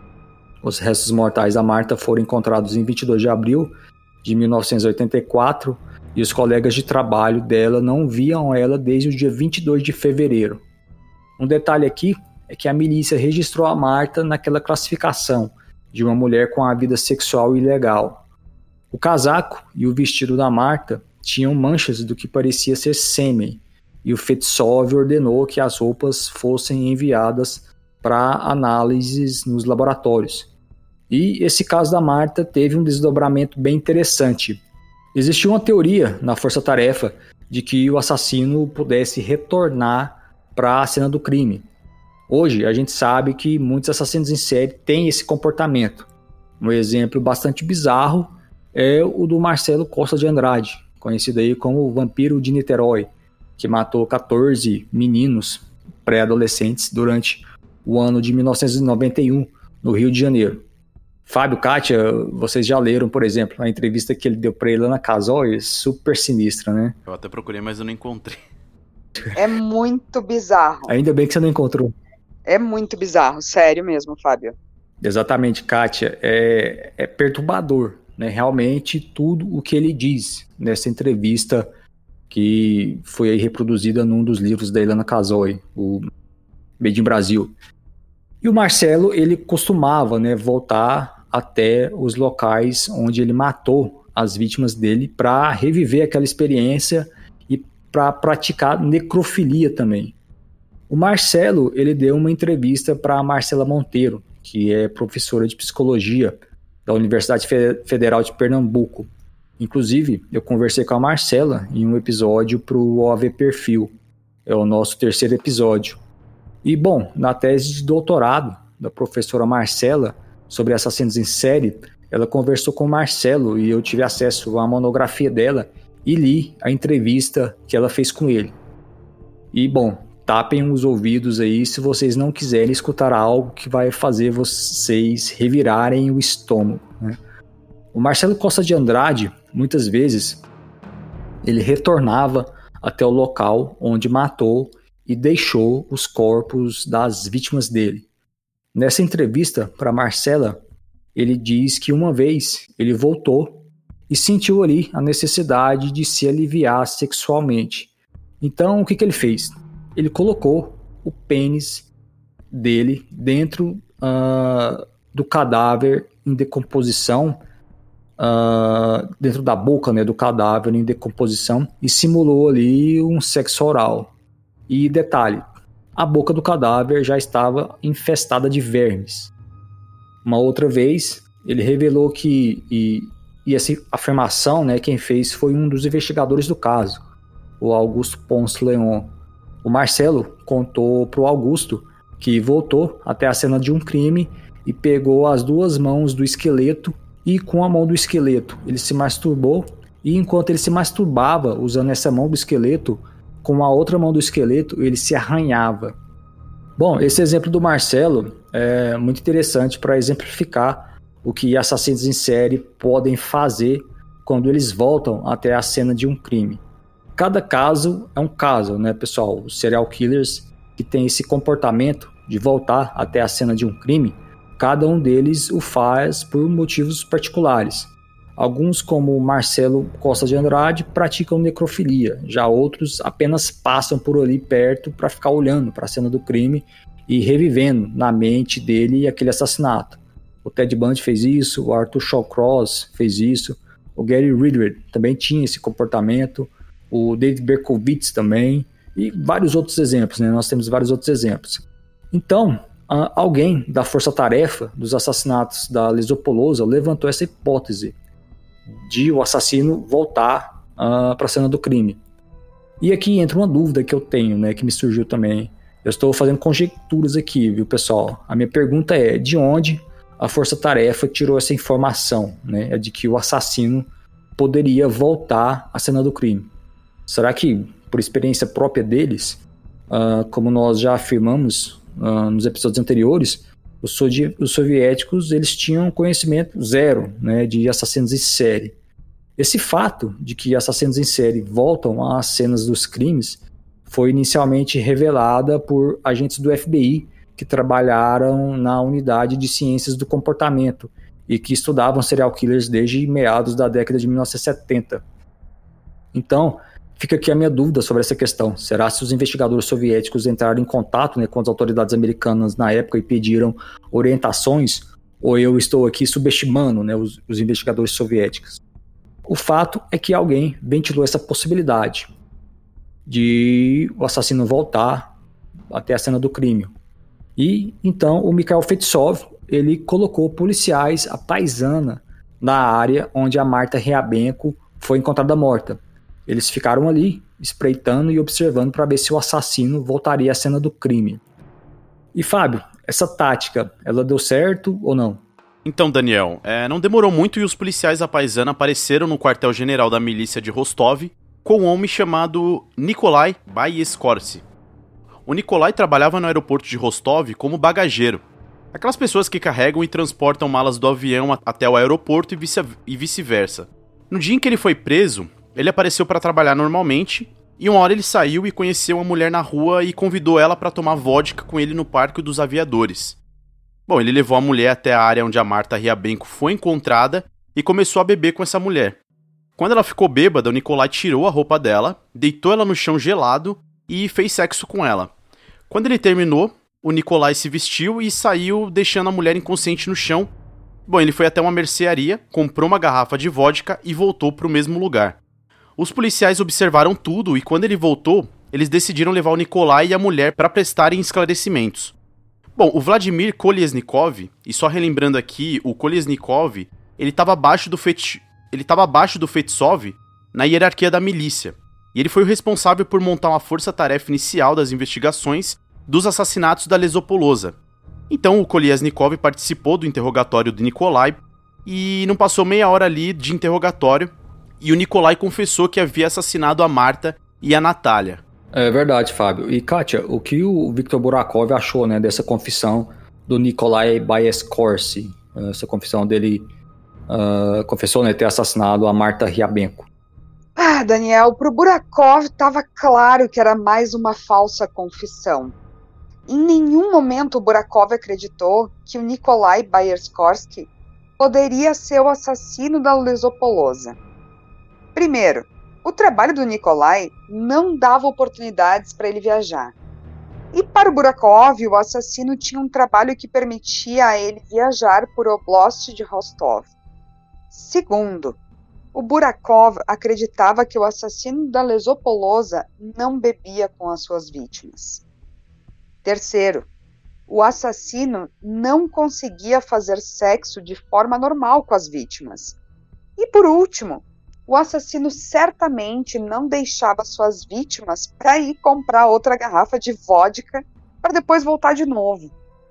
os restos mortais da Marta foram encontrados em vinte e dois de abril de mil novecentos e oitenta e quatro e os colegas de trabalho dela não viam ela desde o dia vinte e dois de fevereiro. Um detalhe aqui é que a milícia registrou a Marta naquela classificação de uma mulher com a vida sexual ilegal. O casaco e o vestido da Marta tinham manchas do que parecia ser sêmen e o Fetsov ordenou que as roupas fossem enviadas para análises nos laboratórios. E esse caso da Marta teve um desdobramento bem interessante. Existia uma teoria na Força Tarefa de que o assassino pudesse retornar para a cena do crime. Hoje a gente sabe que muitos assassinos em série têm esse comportamento. Um exemplo bastante bizarro é o do Marcelo Costa de Andrade, conhecido aí como o Vampiro de Niterói, que matou catorze meninos pré-adolescentes durante o ano de mil novecentos e noventa e um, no Rio de Janeiro. Fábio, Kátia, vocês já leram, por exemplo, a entrevista que ele deu pra Ilana Casoy, super sinistra, né? Eu até procurei, mas eu não encontrei. É muito bizarro. Ainda bem que você não encontrou. É muito bizarro, sério mesmo, Fábio. Exatamente, Kátia, é, é perturbador, né? Realmente tudo o que ele diz nessa entrevista que foi aí reproduzida num dos livros da Ilana Casoy, o Made in Brasil. E o Marcelo, ele costumava, né, voltar até os locais onde ele matou as vítimas dele para reviver aquela experiência e para praticar necrofilia também. O Marcelo, ele deu uma entrevista para a Marcela Monteiro, que é professora de psicologia da Universidade Federal de Pernambuco. Inclusive, eu conversei com a Marcela em um episódio para o O A V Perfil. É o nosso terceiro episódio. E, bom, na tese de doutorado da professora Marcela sobre assassinos em série, ela conversou com o Marcelo e eu tive acesso à monografia dela e li a entrevista que ela fez com ele. E, bom, tapem os ouvidos aí se vocês não quiserem escutar algo que vai fazer vocês revirarem o estômago, né? O Marcelo Costa de Andrade, muitas vezes, ele retornava até o local onde matou e deixou os corpos das vítimas dele. Nessa entrevista para Marcela, ele diz que uma vez ele voltou e sentiu ali a necessidade de se aliviar sexualmente. Então, o que, que ele fez? Ele colocou o pênis dele dentro uh, do cadáver em decomposição, uh, dentro da boca, né, do cadáver em decomposição, e simulou ali um sexo oral. E detalhe, a boca do cadáver já estava infestada de vermes. Uma outra vez, ele revelou que, e, e essa afirmação, né, quem fez foi um dos investigadores do caso, o Augusto Ponce Leon. O Marcelo contou para o Augusto que voltou até a cena de um crime e pegou as duas mãos do esqueleto e com a mão do esqueleto ele se masturbou, e enquanto ele se masturbava usando essa mão do esqueleto, com a outra mão do esqueleto ele se arranhava. Bom, esse exemplo do Marcelo é muito interessante para exemplificar o que assassinos em série podem fazer quando eles voltam até a cena de um crime. Cada caso é um caso, né, pessoal? Os serial killers que têm esse comportamento de voltar até a cena de um crime, cada um deles o faz por motivos particulares. Alguns, como Marcelo Costa de Andrade, praticam necrofilia, já outros apenas passam por ali perto para ficar olhando para a cena do crime e revivendo na mente dele aquele assassinato. O Ted Bundy fez isso, o Arthur Shawcross fez isso, o Gary Ridley também tinha esse comportamento, o David Berkowitz também, e vários outros exemplos, né? Nós temos vários outros exemplos. Então, alguém da força-tarefa dos assassinatos da Lesopolosa levantou essa hipótese de o assassino voltar uh, para a cena do crime. E aqui entra uma dúvida que eu tenho, né, que me surgiu também. Eu estou fazendo conjecturas aqui, viu, pessoal? A minha pergunta é, de onde a força-tarefa tirou essa informação, né, de que o assassino poderia voltar à cena do crime? Será que, por experiência própria deles, uh, como nós já afirmamos uh, nos episódios anteriores, os, sovi- os soviéticos eles tinham conhecimento zero, né, de assassinos em série. Esse fato de que assassinos em série voltam às cenas dos crimes foi inicialmente revelada por agentes do F B I que trabalharam na unidade de ciências do comportamento e que estudavam serial killers desde meados da década de mil novecentos e setenta. Então, fica aqui a minha dúvida sobre essa questão. Será se os investigadores soviéticos entraram em contato, né, com as autoridades americanas na época e pediram orientações, ou eu estou aqui subestimando, né, os, os investigadores soviéticos? O fato é que alguém ventilou essa possibilidade de o assassino voltar até a cena do crime. E então o Mikhail Fetsov, ele colocou policiais à paisana na área onde a Marta Riabenko foi encontrada morta. Eles ficaram ali, espreitando e observando para ver se o assassino voltaria à cena do crime. E Fábio, essa tática, ela deu certo ou não? Então, Daniel, é, não demorou muito e os policiais da paisana apareceram no quartel-general da milícia de Rostov com um homem chamado Nikolai Bayeskorsky. O Nikolai trabalhava no aeroporto de Rostov como bagageiro. Aquelas pessoas que carregam e transportam malas do avião até o aeroporto e, vice- e vice-versa. No dia em que ele foi preso, ele apareceu para trabalhar normalmente, e uma hora ele saiu e conheceu uma mulher na rua e convidou ela para tomar vodka com ele no Parque dos Aviadores. Bom, ele levou a mulher até a área onde a Marta Riabenko foi encontrada e começou a beber com essa mulher. Quando ela ficou bêbada, o Nikolai tirou a roupa dela, deitou ela no chão gelado e fez sexo com ela. Quando ele terminou, o Nikolai se vestiu e saiu deixando a mulher inconsciente no chão. Bom, ele foi até uma mercearia, comprou uma garrafa de vodka e voltou para o mesmo lugar. Os policiais observaram tudo e quando ele voltou, eles decidiram levar o Nikolai e a mulher para prestarem esclarecimentos. Bom, o Vladimir Kolesnikov, e só relembrando aqui, o Kolesnikov, ele estava abaixo do Fet... ele estava abaixo do Fetsov na hierarquia da milícia. E ele foi o responsável por montar uma força-tarefa inicial das investigações dos assassinatos da Lesopolosa. Então o Kolesnikov participou do interrogatório do Nikolai e não passou meia hora ali de interrogatório e o Nikolai confessou que havia assassinado a Marta e a Natália. É verdade, Fábio. E, Kátia, o que o Viktor Burakov achou, né, dessa confissão do Nikolai Baierskorsi? Essa confissão dele, uh, confessou, né, ter assassinado a Marta Riabenko. Ah, Daniel, pro Burakov estava claro que era mais uma falsa confissão. Em nenhum momento o Burakov acreditou que o Nikolai Baierskorsi poderia ser o assassino da Lesopolosa. Primeiro, o trabalho do Nikolai não dava oportunidades para ele viajar. E para o Burakov, o assassino tinha um trabalho que permitia a ele viajar por Oblast de Rostov. Segundo, o Burakov acreditava que o assassino da Lesopolosa não bebia com as suas vítimas. Terceiro, o assassino não conseguia fazer sexo de forma normal com as vítimas. E por último, o assassino certamente não deixava suas vítimas para ir comprar outra garrafa de vodka para depois voltar de novo.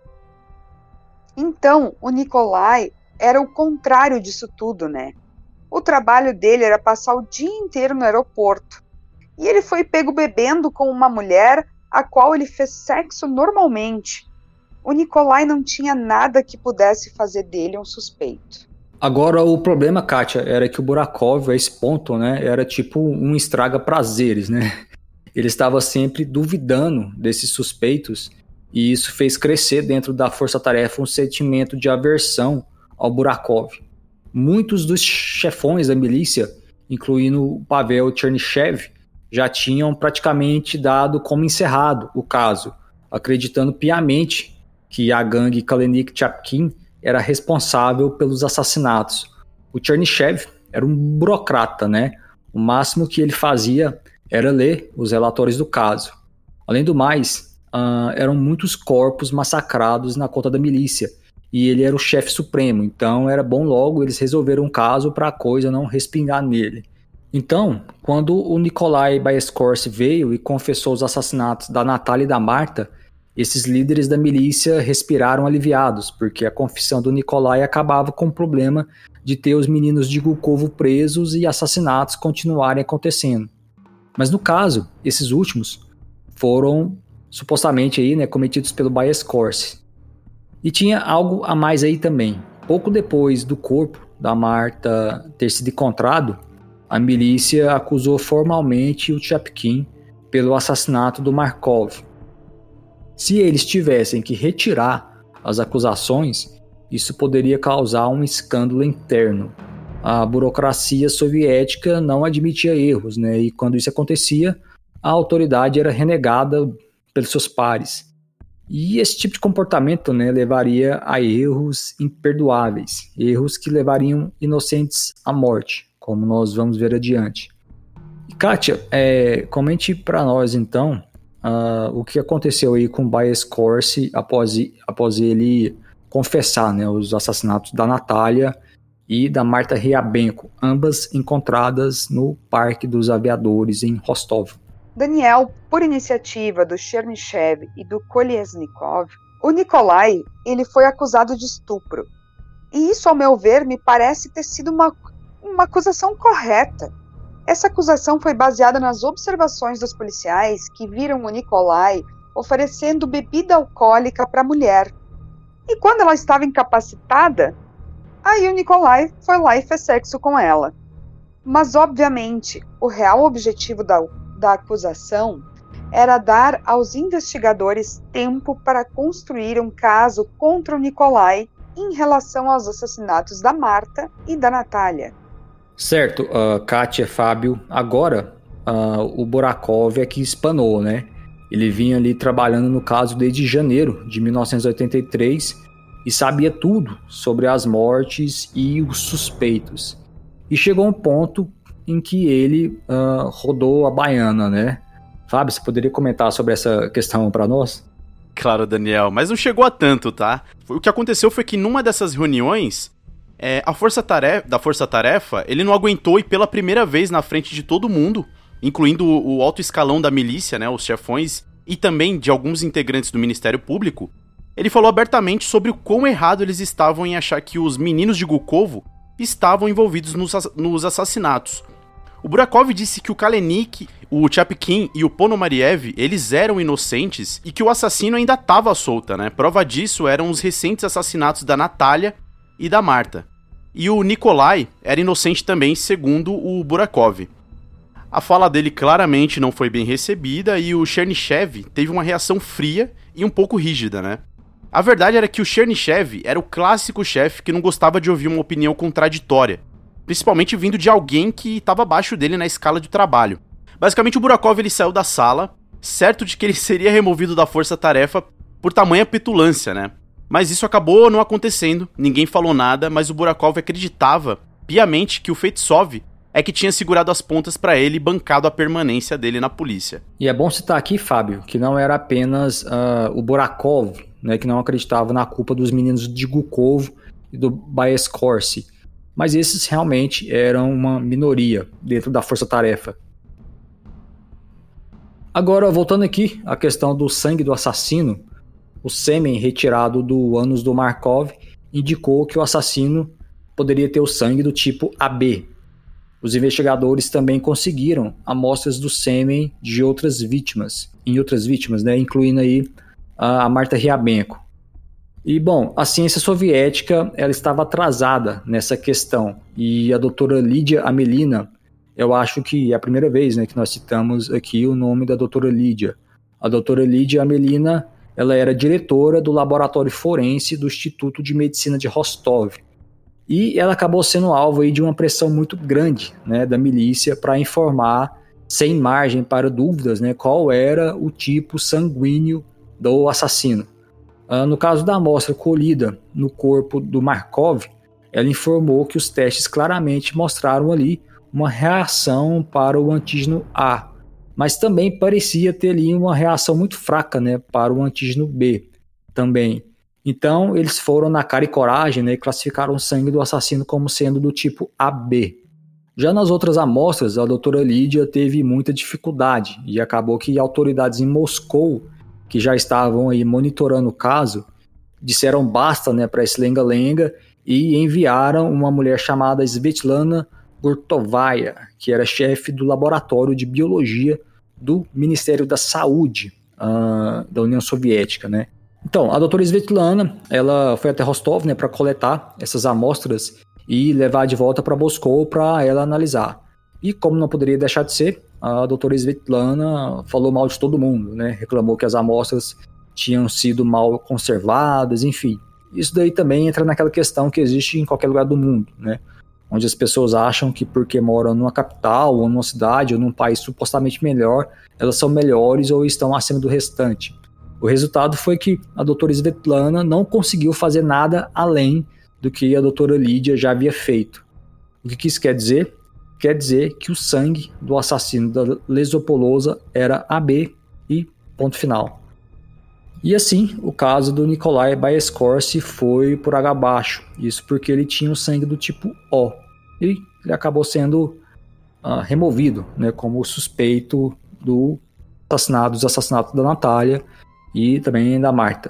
Então, o Nikolai era o contrário disso tudo, né? O trabalho dele era passar o dia inteiro no aeroporto. E ele foi pego bebendo com uma mulher a qual ele fez sexo normalmente. O Nikolai não tinha nada que pudesse fazer dele um suspeito. Agora, o problema, Kátia, era que o Burakov, a esse ponto, né, era tipo um estraga-prazeres, né? Ele estava sempre duvidando desses suspeitos e isso fez crescer dentro da força-tarefa um sentimento de aversão ao Burakov. Muitos dos chefões da milícia, incluindo Pavel Chernyshevsky, já tinham praticamente dado como encerrado o caso, acreditando piamente que a gangue Kalenik-Chapkin era responsável pelos assassinatos. O Chernyshevsky era um burocrata, né? O máximo que ele fazia era ler os relatórios do caso. Além do mais, uh, eram muitos corpos massacrados na conta da milícia, e ele era o chefe supremo, então era bom logo eles resolveram um caso para a coisa não respingar nele. Então, quando o Nikolai Baierskorsi veio e confessou os assassinatos da Natália e da Marta, esses líderes da milícia respiraram aliviados, porque a confissão do Nikolai acabava com o problema de ter os meninos de Gulkovo presos e assassinatos continuarem acontecendo. Mas no caso, esses últimos foram supostamente aí, né, cometidos pelo Baierskorsi. E tinha algo a mais aí também. Pouco depois do corpo da Marta ter sido encontrado, a milícia acusou formalmente o Chapkin pelo assassinato do Markov. Se eles tivessem que retirar as acusações, isso poderia causar um escândalo interno. A burocracia soviética não admitia erros, né? E quando isso acontecia, a autoridade era renegada pelos seus pares. E esse tipo de comportamento, né, levaria a erros imperdoáveis, erros que levariam inocentes à morte, como nós vamos ver adiante. E Kátia, é, comente para nós então uh, o que aconteceu aí com o Baierskorsi após, após ele confessar, né, os assassinatos da Natália e da Marta Riabenko, ambas encontradas no Parque dos Aviadores em Rostov. Daniel, por iniciativa do Chernyshevsky e do Kolesnikov, o Nikolai ele foi acusado de estupro. E isso, ao meu ver, me parece ter sido uma, uma acusação correta. Essa acusação foi baseada nas observações dos policiais que viram o Nikolai oferecendo bebida alcoólica para a mulher. E quando ela estava incapacitada, aí o Nikolai foi lá e fez sexo com ela. Mas, obviamente, o real objetivo da da acusação era dar aos investigadores tempo para construir um caso contra o Nikolai em relação aos assassinatos da Marta e da Natália. Certo, uh, Kátia, Fábio, agora uh, o Burakov é que espanou, né? Ele vinha ali trabalhando no caso desde janeiro de mil novecentos e oitenta e três e sabia tudo sobre as mortes e os suspeitos. E chegou um ponto em que ele uh, rodou a baiana, né? Fábio, você poderia comentar sobre essa questão para nós? Claro, Daniel, mas não chegou a tanto, tá? O que aconteceu foi que numa dessas reuniões, é, a força-tarefa, da força-tarefa, ele não aguentou e pela primeira vez na frente de todo mundo, incluindo o, o alto escalão da milícia, né, os chefões, e também de alguns integrantes do Ministério Público, ele falou abertamente sobre o quão errado eles estavam em achar que os meninos de Gulkovo estavam envolvidos nos, nos assassinatos. O Burakov disse que o Kalenik, o Chapkin e o Ponomariev, eles eram inocentes e que o assassino ainda estava solta, né? Prova disso eram os recentes assassinatos da Natália e da Marta. E o Nikolai era inocente também, segundo o Burakov. A fala dele claramente não foi bem recebida e o Chernyshев teve uma reação fria e um pouco rígida, né? A verdade era que o Chernyshев era o clássico chefe que não gostava de ouvir uma opinião contraditória, principalmente vindo de alguém que estava abaixo dele na escala de trabalho. Basicamente, o Burakov ele saiu da sala, certo de que ele seria removido da força-tarefa por tamanha petulância, né? Mas isso acabou não acontecendo, ninguém falou nada, mas o Burakov acreditava piamente que o Feitsov é que tinha segurado as pontas para ele e bancado a permanência dele na polícia. E é bom citar aqui, Fábio, que não era apenas uh, o Burakov, né, que não acreditava na culpa dos meninos de Gulkovo e do Baeskorsi, mas esses realmente eram uma minoria dentro da força-tarefa. Agora, voltando aqui à questão do sangue do assassino, o sêmen retirado do ânus do Markov indicou que o assassino poderia ter o sangue do tipo A B. Os investigadores também conseguiram amostras do sêmen de outras vítimas, em outras vítimas, né, incluindo aí a Marta Riabenko. E, bom, a ciência soviética ela estava atrasada nessa questão. E a doutora Lídia Amelina, eu acho que é a primeira vez, né, que nós citamos aqui o nome da doutora Lídia. A doutora Lídia Amelina, ela era diretora do laboratório forense do Instituto de Medicina de Rostov. E ela acabou sendo alvo aí de uma pressão muito grande, né, da milícia para informar, sem margem para dúvidas, né, qual era o tipo sanguíneo do assassino. Uh, no caso da amostra colhida no corpo do Markov, ela informou que os testes claramente mostraram ali uma reação para o antígeno A, mas também parecia ter ali uma reação muito fraca, né, para o antígeno B também. Então, eles foram na cara e coragem, né, e classificaram o sangue do assassino como sendo do tipo A B. Já nas outras amostras, a doutora Lídia teve muita dificuldade e acabou que autoridades em Moscou, que já estavam aí monitorando o caso, disseram basta, né, para esse lenga-lenga e enviaram uma mulher chamada Svetlana Gurtovaya, que era chefe do laboratório de biologia do Ministério da Saúde uh, da União Soviética, né. Então, a doutora Svetlana, ela foi até Rostov, né, para coletar essas amostras e levar de volta para Moscou para ela analisar. E como não poderia deixar de ser, a doutora Svetlana falou mal de todo mundo, né? Reclamou que as amostras tinham sido mal conservadas, enfim. Isso daí também entra naquela questão que existe em qualquer lugar do mundo, né? Onde as pessoas acham que porque moram numa capital, ou numa cidade, ou num país supostamente melhor, elas são melhores ou estão acima do restante. O resultado foi que a doutora Svetlana não conseguiu fazer nada além do que a doutora Lídia já havia feito. O que isso quer dizer? Quer dizer que o sangue do assassino da Lesopolosa era A B e ponto final. E assim, o caso do Nikolai Baeskorsi foi por água abaixo. Isso porque ele tinha o sangue do tipo O. E ele acabou sendo uh, removido, né, como suspeito do assassinato, dos assassinatos da Natália e também da Marta.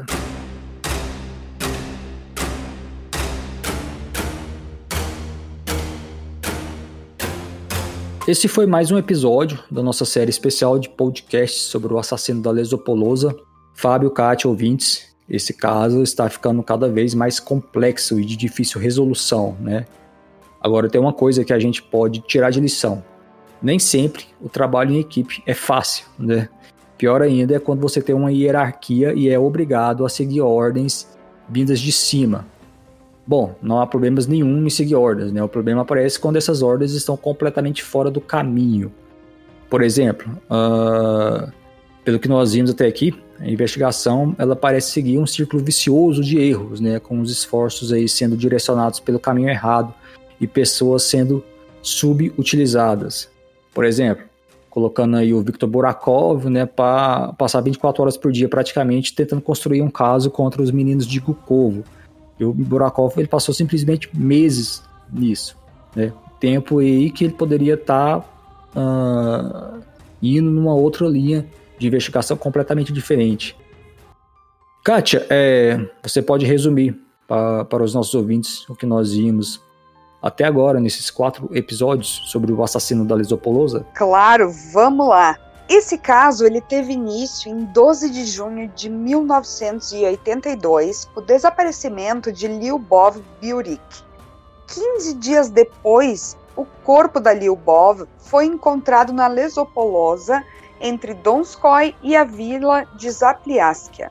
Esse foi mais um episódio da nossa série especial de podcasts sobre o assassino da Lesopolosa. Fábio, Kátia, ouvintes, esse caso está ficando cada vez mais complexo e de difícil resolução, né? Agora tem uma coisa que a gente pode tirar de lição. Nem sempre o trabalho em equipe é fácil, né? Pior ainda é quando você tem uma hierarquia e é obrigado a seguir ordens vindas de cima. Bom, não há problemas nenhum em seguir ordens, né? O problema aparece quando essas ordens estão completamente fora do caminho. Por exemplo, uh, pelo que nós vimos até aqui, a investigação ela parece seguir um círculo vicioso de erros, né? Com os esforços aí sendo direcionados pelo caminho errado e pessoas sendo subutilizadas. Por exemplo, colocando aí o Viktor Burakov, né, para passar vinte e quatro horas por dia praticamente tentando construir um caso contra os meninos de Gulkovo. E o Burakov ele passou simplesmente meses nisso, né? Tempo aí que ele poderia estar tá, uh, indo numa outra linha de investigação completamente diferente. Kátia, é, você pode resumir para, para os nossos ouvintes o que nós vimos até agora nesses quatro episódios sobre o assassino da Lesopolosa? Claro, vamos lá. Esse caso ele teve início em doze de junho de mil novecentos e oitenta e dois, com o desaparecimento de Lyubov Biurik. quinze dias depois, o corpo da Lyubov foi encontrado na Lesopolosa, entre Donskoy e a vila de Zapliaskia.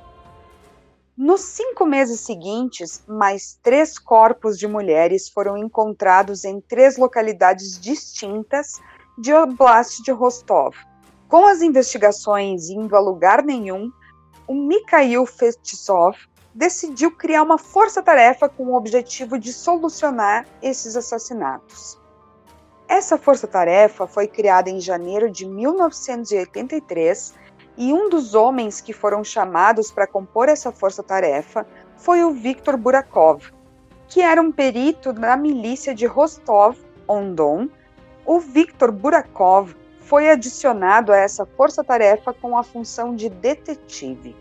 Nos cinco meses seguintes, mais três corpos de mulheres foram encontrados em três localidades distintas de Oblast de Rostov. Com as investigações indo a lugar nenhum, o Mikhail Fetisov decidiu criar uma força-tarefa com o objetivo de solucionar esses assassinatos. Essa força-tarefa foi criada em janeiro de mil novecentos e oitenta e três e um dos homens que foram chamados para compor essa força-tarefa foi o Viktor Burakov, que era um perito da milícia de Rostov-on-Don. O Viktor Burakov foi adicionado a essa força-tarefa com a função de detetive.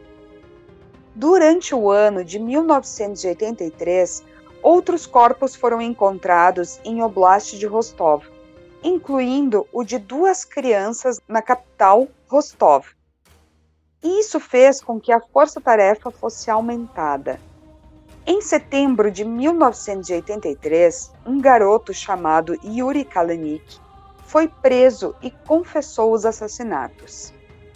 Durante o ano de mil novecentos e oitenta e três, outros corpos foram encontrados em Oblast de Rostov, incluindo o de duas crianças na capital Rostov. E isso fez com que a força-tarefa fosse aumentada. Em setembro de mil novecentos e oitenta e três, um garoto chamado Yuri Kalenik foi preso e confessou os assassinatos.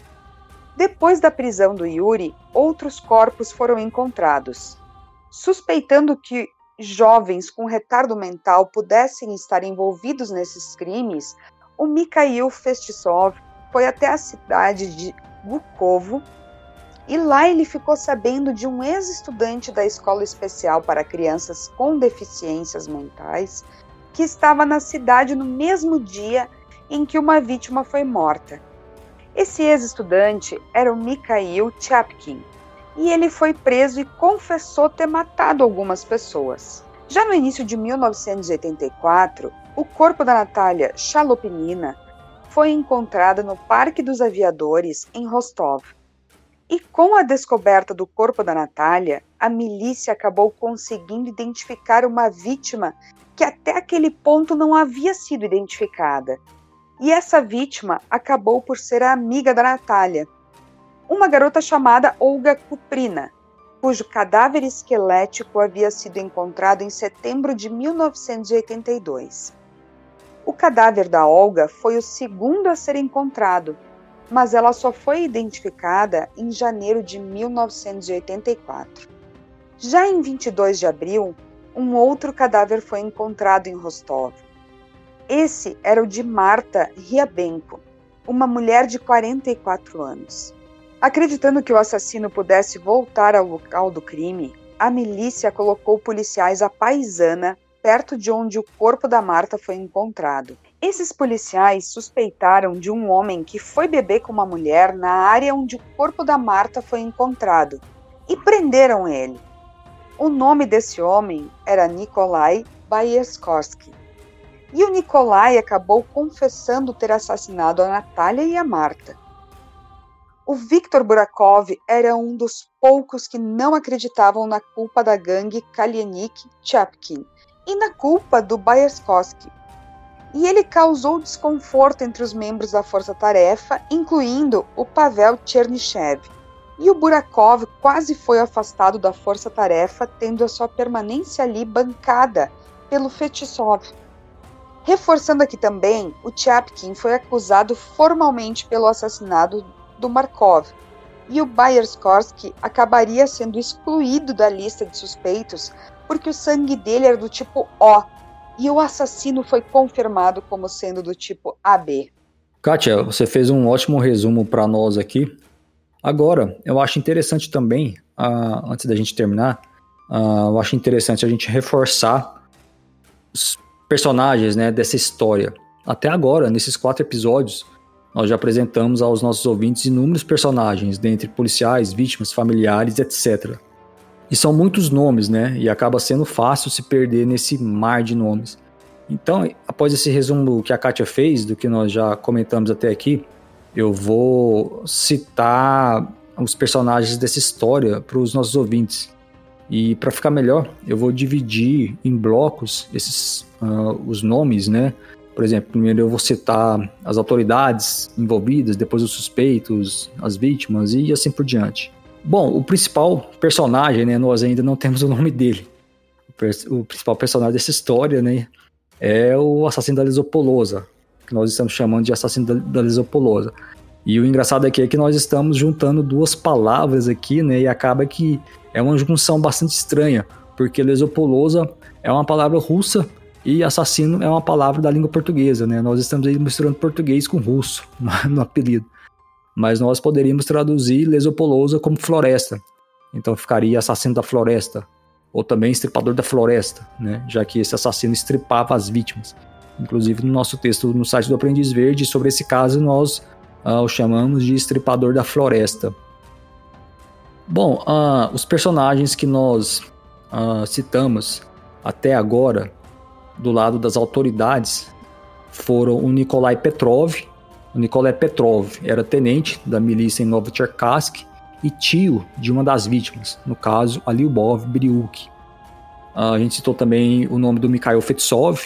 Depois da prisão do Yuri, outros corpos foram encontrados. Suspeitando que jovens com retardo mental pudessem estar envolvidos nesses crimes, o Mikhail Fetisov foi até a cidade de Gukovo e lá ele ficou sabendo de um ex-estudante da escola especial para crianças com deficiências mentais que estava na cidade no mesmo dia em que uma vítima foi morta. Esse ex-estudante era o Mikhail Chapkin, e ele foi preso e confessou ter matado algumas pessoas. Já no início de mil novecentos e oitenta e quatro, o corpo da Natalia Chalopinina foi encontrado no Parque dos Aviadores, em Rostov. E com a descoberta do corpo da Natalia, a milícia acabou conseguindo identificar uma vítima que até aquele ponto não havia sido identificada. E essa vítima acabou por ser a amiga da Natalia, uma garota chamada Olga Kuprina, cujo cadáver esquelético havia sido encontrado em setembro de mil novecentos e oitenta e dois. O cadáver da Olga foi o segundo a ser encontrado, mas ela só foi identificada em janeiro de mil novecentos e oitenta e quatro. Já em vinte e dois de abril, um outro cadáver foi encontrado em Rostov. Esse era o de Marta Ryabenko, uma mulher de quarenta e quatro anos. Acreditando que o assassino pudesse voltar ao local do crime, a milícia colocou policiais à paisana perto de onde o corpo da Marta foi encontrado. Esses policiais suspeitaram de um homem que foi beber com uma mulher na área onde o corpo da Marta foi encontrado e prenderam ele. O nome desse homem era Nikolai Bayerskorski. E o Nikolai acabou confessando ter assassinado a Natalia e a Marta. O Viktor Burakov era um dos poucos que não acreditavam na culpa da gangue Kalenik-Chapkin e na culpa do Bayerskorski. E ele causou desconforto entre os membros da força-tarefa, incluindo o Pavel Chernychev. E o Burakov quase foi afastado da força-tarefa, tendo a sua permanência ali bancada pelo Fetisov. Reforçando aqui também, o Chapkin foi acusado formalmente pelo assassinato do Markov, e o Bayerskorski acabaria sendo excluído da lista de suspeitos porque o sangue dele era do tipo O, e o assassino foi confirmado como sendo do tipo A B. Kátia, você fez um ótimo resumo para nós aqui. Agora, eu acho interessante também, uh, antes da gente terminar, uh, eu acho interessante a gente reforçar os personagens, né, dessa história. Até agora, nesses quatro episódios, nós já apresentamos aos nossos ouvintes inúmeros personagens, dentre policiais, vítimas, familiares, etcétera. E são muitos nomes, né? E acaba sendo fácil se perder nesse mar de nomes. Então, após esse resumo que a Kátia fez, do que nós já comentamos até aqui, eu vou citar os personagens dessa história para os nossos ouvintes. E para ficar melhor, eu vou dividir em blocos esses, uh, os nomes, né? Por exemplo, primeiro eu vou citar as autoridades envolvidas, depois os suspeitos, as vítimas e assim por diante. Bom, o principal personagem, né, nós ainda não temos o nome dele. O, pers- o principal personagem dessa história, né, é o assassino da Lisopolosa, que nós estamos chamando de assassino da, da Lisopolosa. E o engraçado aqui é que nós estamos juntando duas palavras aqui, né, e acaba que é uma junção bastante estranha, porque Lisopolosa é uma palavra russa e assassino é uma palavra da língua portuguesa, né? Nós estamos aí misturando português com russo no apelido. Mas nós poderíamos traduzir Lesopolosa como floresta. Então ficaria assassino da floresta. Ou também estripador da floresta, né? Já que esse assassino estripava as vítimas. Inclusive no nosso texto no site do Aprendiz Verde, sobre esse caso, nós uh, o chamamos de estripador da floresta. Bom, uh, os personagens que nós uh, citamos até agora, do lado das autoridades, foram o Nikolai Petrov. O Nikolai Petrov era tenente da milícia em Novocherkassk e tio de uma das vítimas, no caso, a Lyubov Bryuk. A gente citou também o nome do Mikhail Fetsov.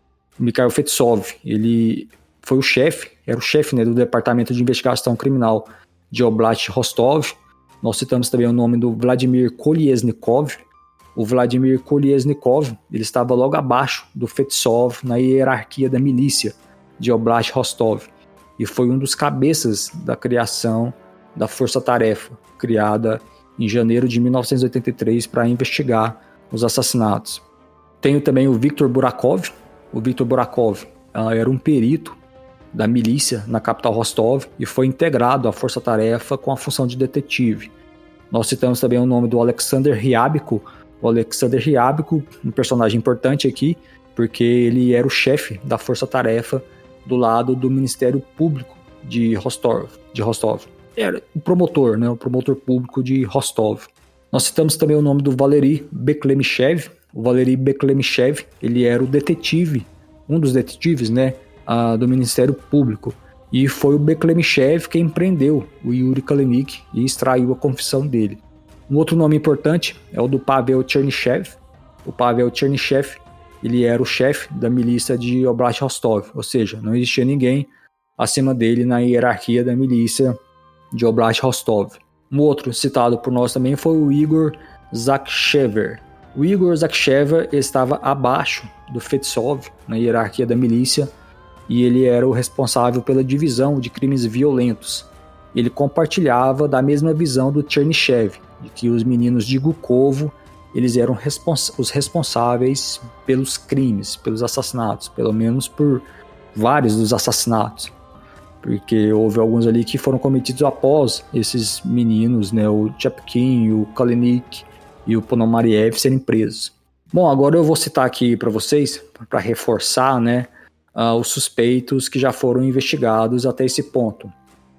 O Mikhail Fetsov, ele foi o chefe, era o chefe, né, do Departamento de Investigação Criminal de Oblast Rostov. Nós citamos também o nome do Vladimir Kolesnikov. O Vladimir Kolesnikov, ele estava logo abaixo do Fetsov na hierarquia da milícia de Oblast Rostov e foi um dos cabeças da criação da Força Tarefa, criada em janeiro de mil novecentos e oitenta e três para investigar os assassinatos. Tenho também o Viktor Burakov. O Viktor Burakov uh, era um perito da milícia na capital Rostov e foi integrado à Força Tarefa com a função de detetive. Nós citamos também o nome do Alexander Ryabko. O Alexander Ryabko, um personagem importante aqui, porque ele era o chefe da Força Tarefa do lado do Ministério Público de Rostov. De Rostov. Era o promotor, né, o promotor público de Rostov. Nós citamos também o nome do Valery Beklemichev. O Valery Beklemichev, ele era o detetive, um dos detetives, né, a, do Ministério Público. E foi o Beklemichev quem prendeu o Yuri Kalenik e extraiu a confissão dele. Um outro nome importante é o do Pavel Chernyshchev. O Pavel Chernyshchev, ele era o chefe da milícia de Oblast Rostov, ou seja, não existia ninguém acima dele na hierarquia da milícia de Oblast Rostov. Um outro citado por nós também foi o Igor Zakshever. O Igor Zakshever estava abaixo do Fetsov na hierarquia da milícia e ele era o responsável pela divisão de crimes violentos. Ele compartilhava da mesma visão do Chernyshchev, de que os meninos de Gukovo, eles eram respons- os responsáveis pelos crimes, pelos assassinatos, pelo menos por vários dos assassinatos, porque houve alguns ali que foram cometidos após esses meninos, né, o Chepkin, o Kalenik e o Ponomariev serem presos. Bom, agora eu vou citar aqui para vocês, para reforçar, né, uh, os suspeitos que já foram investigados até esse ponto.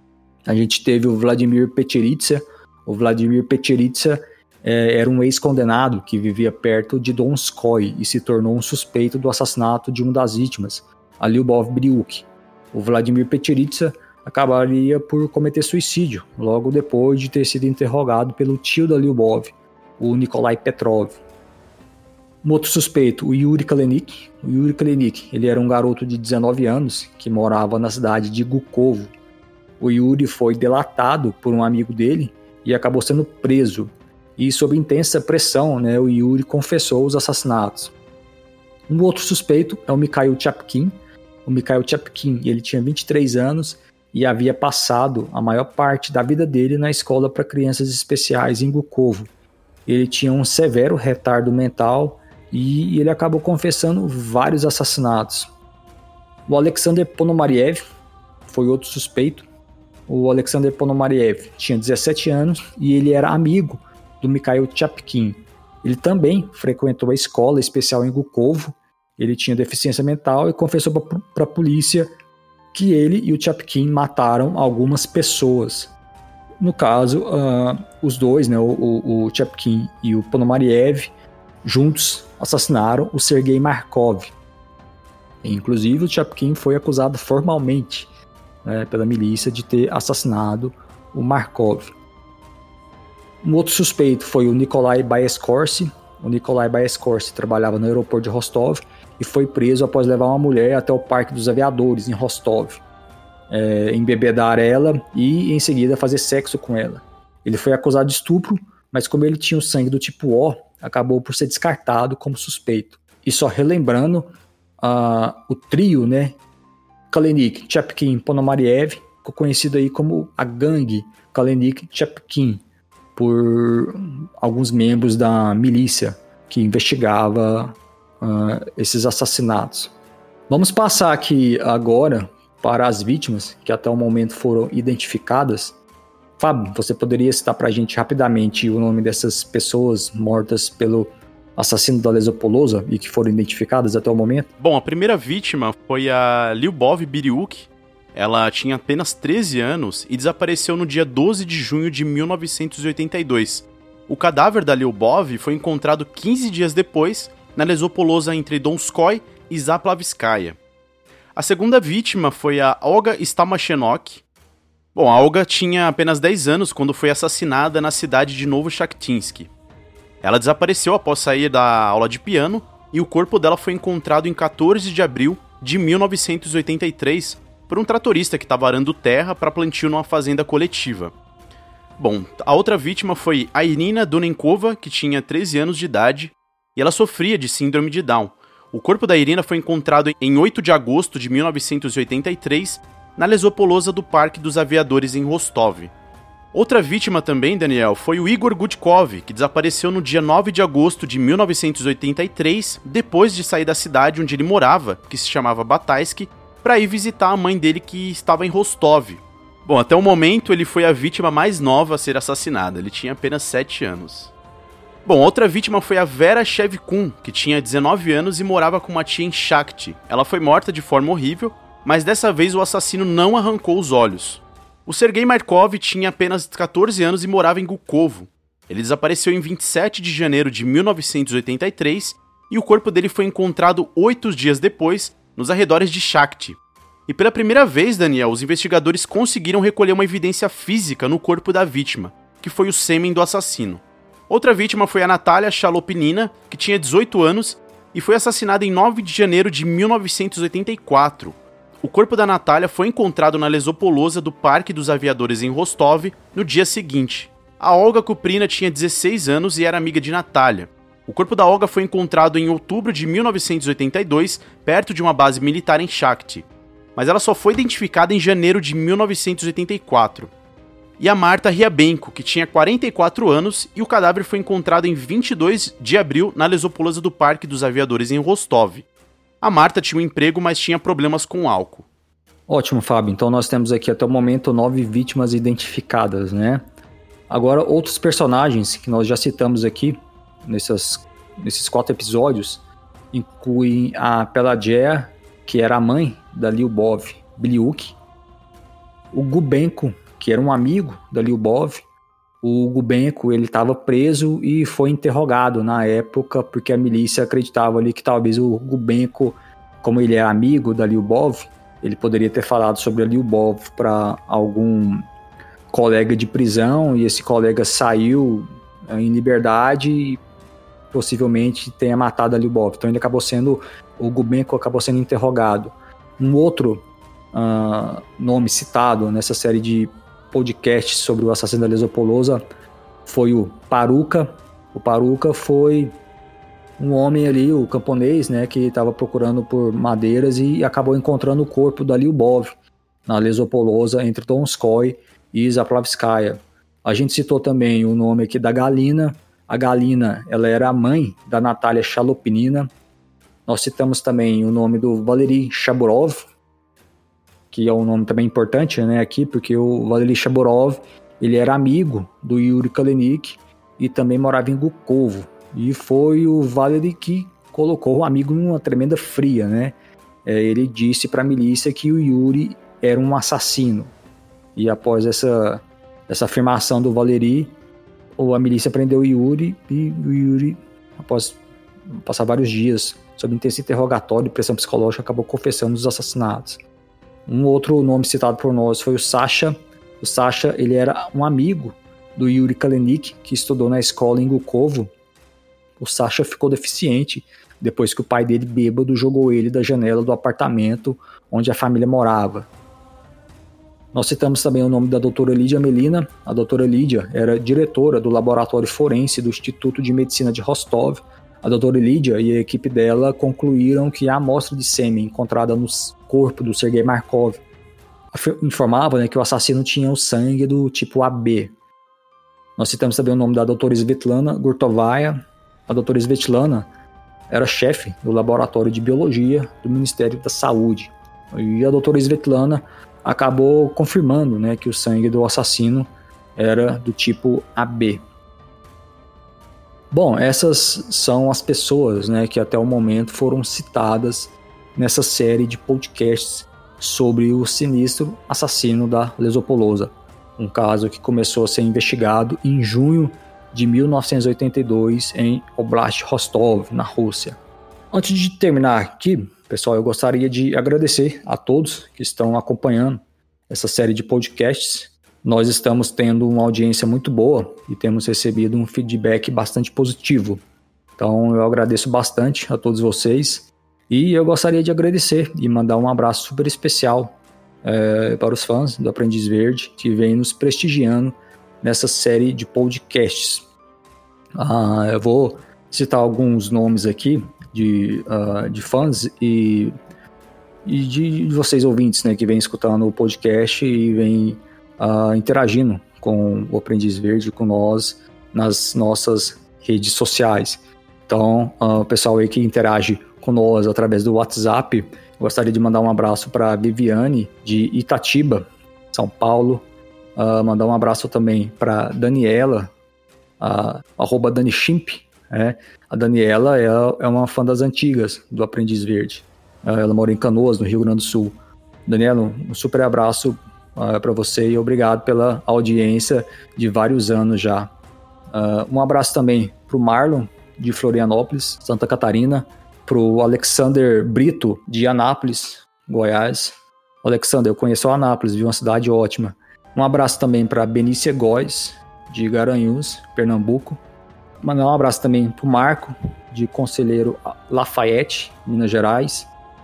A gente teve o Vladimir Pecheritsa. O Vladimir Pecheritsa é, era um ex-condenado que vivia perto de Donskoy e se tornou um suspeito do assassinato de uma das vítimas, a Lyubov Bryuk. O Vladimir Pecheritsa acabaria por cometer suicídio logo depois de ter sido interrogado pelo tio da Lyubov, o Nikolai Petrov. Um outro suspeito, o Yuri Kalenik. O Yuri Kalenik, ele era um garoto de dezenove anos que morava na cidade de Gukovo. O Yuri foi delatado por um amigo dele e acabou sendo preso. E sob intensa pressão, né, o Yuri confessou os assassinatos. Um outro suspeito é o Mikhail Chepkin. O Mikhail Chepkin, ele tinha vinte e três anos e havia passado a maior parte da vida dele na escola para crianças especiais em Gukovo. Ele tinha um severo retardo mental e ele acabou confessando vários assassinatos. O Alexander Ponomariev foi outro suspeito. O Alexander Ponomariev tinha dezessete anos e ele era amigo do Mikhail Chepkin. Ele também frequentou a escola especial em Gukovo. Ele tinha deficiência mental e confessou para a polícia que ele e o Chepkin mataram algumas pessoas. No caso, uh, os dois, né, o, o, o Chepkin e o Ponomariev, juntos assassinaram o Sergei Markov. E, inclusive, o Chepkin foi acusado formalmente né, pela milícia de ter assassinado o Markov. Um outro suspeito foi o Nikolai Baeskorsi. O Nikolai Baeskorsi trabalhava no aeroporto de Rostov e foi preso após levar uma mulher até o Parque dos Aviadores, em Rostov, é, embebedar ela e, em seguida, fazer sexo com ela. Ele foi acusado de estupro, mas como ele tinha o sangue do tipo O, acabou por ser descartado como suspeito. E só relembrando, uh, o trio, né, Kalenik, Chepkin, Ponomariev, ficou conhecido aí como a gangue Kalenik-Chepkin, por alguns membros da milícia que investigava uh, esses assassinatos. Vamos passar aqui agora para as vítimas que até o momento foram identificadas. Fábio, você poderia citar para a gente rapidamente o nome dessas pessoas mortas pelo assassino da Lesopolosa e que foram identificadas até o momento? Bom, a primeira vítima foi a Lyubov Biryuk. Ela tinha apenas treze anos e desapareceu no dia doze de junho de mil novecentos e oitenta e dois. O cadáver da Lyubov foi encontrado quinze dias depois na Lesopolosa entre Donskoy e Zaplavskaya. A segunda vítima foi a Olga Stamachenok. Bom, a Olga tinha apenas dez anos quando foi assassinada na cidade de Novochakhtinsk. Ela desapareceu após sair da aula de piano e o corpo dela foi encontrado em quatorze de abril de mil novecentos e oitenta e três por um tratorista que estava arando terra para plantio numa fazenda coletiva. Bom, a outra vítima foi a Irina Donenkova, que tinha treze anos de idade, e ela sofria de síndrome de Down. O corpo da Irina foi encontrado em oito de agosto de mil novecentos e oitenta e três na Lesopolosa do Parque dos Aviadores em Rostov. Outra vítima também, Daniel, foi o Igor Gudkov, que desapareceu no dia nove de agosto de mil novecentos e oitenta e três, depois de sair da cidade onde ele morava, que se chamava Bataisk, para ir visitar a mãe dele que estava em Rostov. Bom, até o momento ele foi a vítima mais nova a ser assassinada, ele tinha apenas sete anos. Bom, outra vítima foi a Vera Shevkun, que tinha dezenove anos e morava com uma tia em Shakhty. Ela foi morta de forma horrível, mas dessa vez o assassino não arrancou os olhos. O Sergei Markov tinha apenas catorze anos e morava em Gukovo. Ele desapareceu em vinte e sete de janeiro de mil novecentos e oitenta e três e o corpo dele foi encontrado oito dias depois, nos arredores de Shakhty. E pela primeira vez, Daniel, os investigadores conseguiram recolher uma evidência física no corpo da vítima, que foi o sêmen do assassino. Outra vítima foi a Natalia Shalopinina, que tinha dezoito anos e foi assassinada em nove de janeiro de mil novecentos e oitenta e quatro. O corpo da Natalia foi encontrado na Lesopolosa do Parque dos Aviadores em Rostov no dia seguinte. A Olga Kuprina tinha dezesseis anos e era amiga de Natalia. O corpo da Olga foi encontrado em outubro de mil novecentos e oitenta e dois, perto de uma base militar em Shakhty, mas ela só foi identificada em janeiro de mil novecentos e oitenta e quatro. E a Marta Riabenko, que tinha quarenta e quatro anos, e o cadáver foi encontrado em vinte e dois de abril na Lesopolosa do Parque dos Aviadores em Rostov. A Marta tinha um emprego, mas tinha problemas com álcool. Ótimo, Fábio. Então nós temos aqui até o momento nove vítimas identificadas, né? Agora, outros personagens que nós já citamos aqui, nessas, nesses quatro episódios, incluem a Pelageya, que era a mãe da Lyubov Biryuk, o Gubenko, que era um amigo da Lyubov. O Gubenko, ele estava preso e foi interrogado na época, porque a milícia acreditava ali que talvez o Gubenko, como ele é amigo da Lyubov, ele poderia ter falado sobre a Lyubov para algum colega de prisão, e esse colega saiu em liberdade e possivelmente tenha matado a Lyubov. Então ele acabou sendo, o Gubenko acabou sendo interrogado. Um outro uh, nome citado nessa série de podcasts sobre o assassino da Lesopolosa foi o Paruka. O Paruka foi um homem ali, o camponês, né, que estava procurando por madeiras e acabou encontrando o corpo da Lyubov na Lesopolosa entre Donskoy e Zaplavskaya. A gente citou também o nome aqui da Galina. A Galina, ela era a mãe da Natalia Shalopinina. Nós citamos também o nome do Valery Shaburov, que é um nome também importante, né, aqui, porque o Valery Shaburov, ele era amigo do Yuri Kalenik e também morava em Gukovo. E foi o Valery que colocou o amigo numa tremenda fria, né? É, ele disse para a milícia que o Yuri era um assassino. E após essa, essa afirmação do Valery, a milícia prendeu o Yuri e o Yuri, após passar vários dias sob intenso interrogatório e pressão psicológica, acabou confessando os assassinatos. Um outro nome citado por nós foi o Sasha. O Sasha, ele era um amigo do Yuri Kalenik, que estudou na escola em Gukovo. O Sasha ficou deficiente depois que o pai dele, bêbado, jogou ele da janela do apartamento onde a família morava. Nós citamos também o nome da doutora Lídia Melina. A doutora Lídia era diretora do laboratório forense do Instituto de Medicina de Rostov. A doutora Lídia e a equipe dela concluíram que a amostra de sêmen encontrada no corpo do Sergei Markov informava, né, que o assassino tinha o sangue do tipo A B. Nós citamos também o nome da doutora Svetlana Gurtovaya. A doutora Svetlana era chefe do laboratório de biologia do Ministério da Saúde. E a doutora Svetlana acabou confirmando, né, que o sangue do assassino era do tipo A B. Bom, essas são as pessoas, né, que até o momento foram citadas nessa série de podcasts sobre o sinistro assassino da Lesopolosha, um caso que começou a ser investigado em junho de mil novecentos e oitenta e dois em Oblast Rostov, na Rússia. Antes de terminar aqui, pessoal, eu gostaria de agradecer a todos que estão acompanhando essa série de podcasts. Nós estamos tendo uma audiência muito boa e temos recebido um feedback bastante positivo. Então eu agradeço bastante a todos vocês e eu gostaria de agradecer e mandar um abraço super especial é, para os fãs do Aprendiz Verde que vem nos prestigiando nessa série de podcasts. Ah, eu vou citar alguns nomes aqui de, uh, de fãs e, e de vocês ouvintes, né, que vêm escutando o podcast e vêm uh, interagindo com o Aprendiz Verde, com nós, nas nossas redes sociais. Então, uh, o pessoal aí que interage com nós através do WhatsApp, gostaria de mandar um abraço para a Viviane, de Itatiba, São Paulo. Uh, mandar um abraço também para Daniela, uh, arroba Dani Schimp. É. A Daniela é, é uma fã das antigas do Aprendiz Verde. Uh, ela mora em Canoas, no Rio Grande do Sul. Daniela, um super abraço uh, para você e obrigado pela audiência de vários anos já. Uh, um abraço também para o Marlon, de Florianópolis, Santa Catarina. Para o Alexander Brito, de Anápolis, Goiás. Alexander, eu conheço Anápolis, viu? Uma cidade ótima. Um abraço também para Benícia Góes, de Garanhuns, Pernambuco. Mandar um abraço também para o Marco, de Conselheiro Lafayette, Minas Gerais.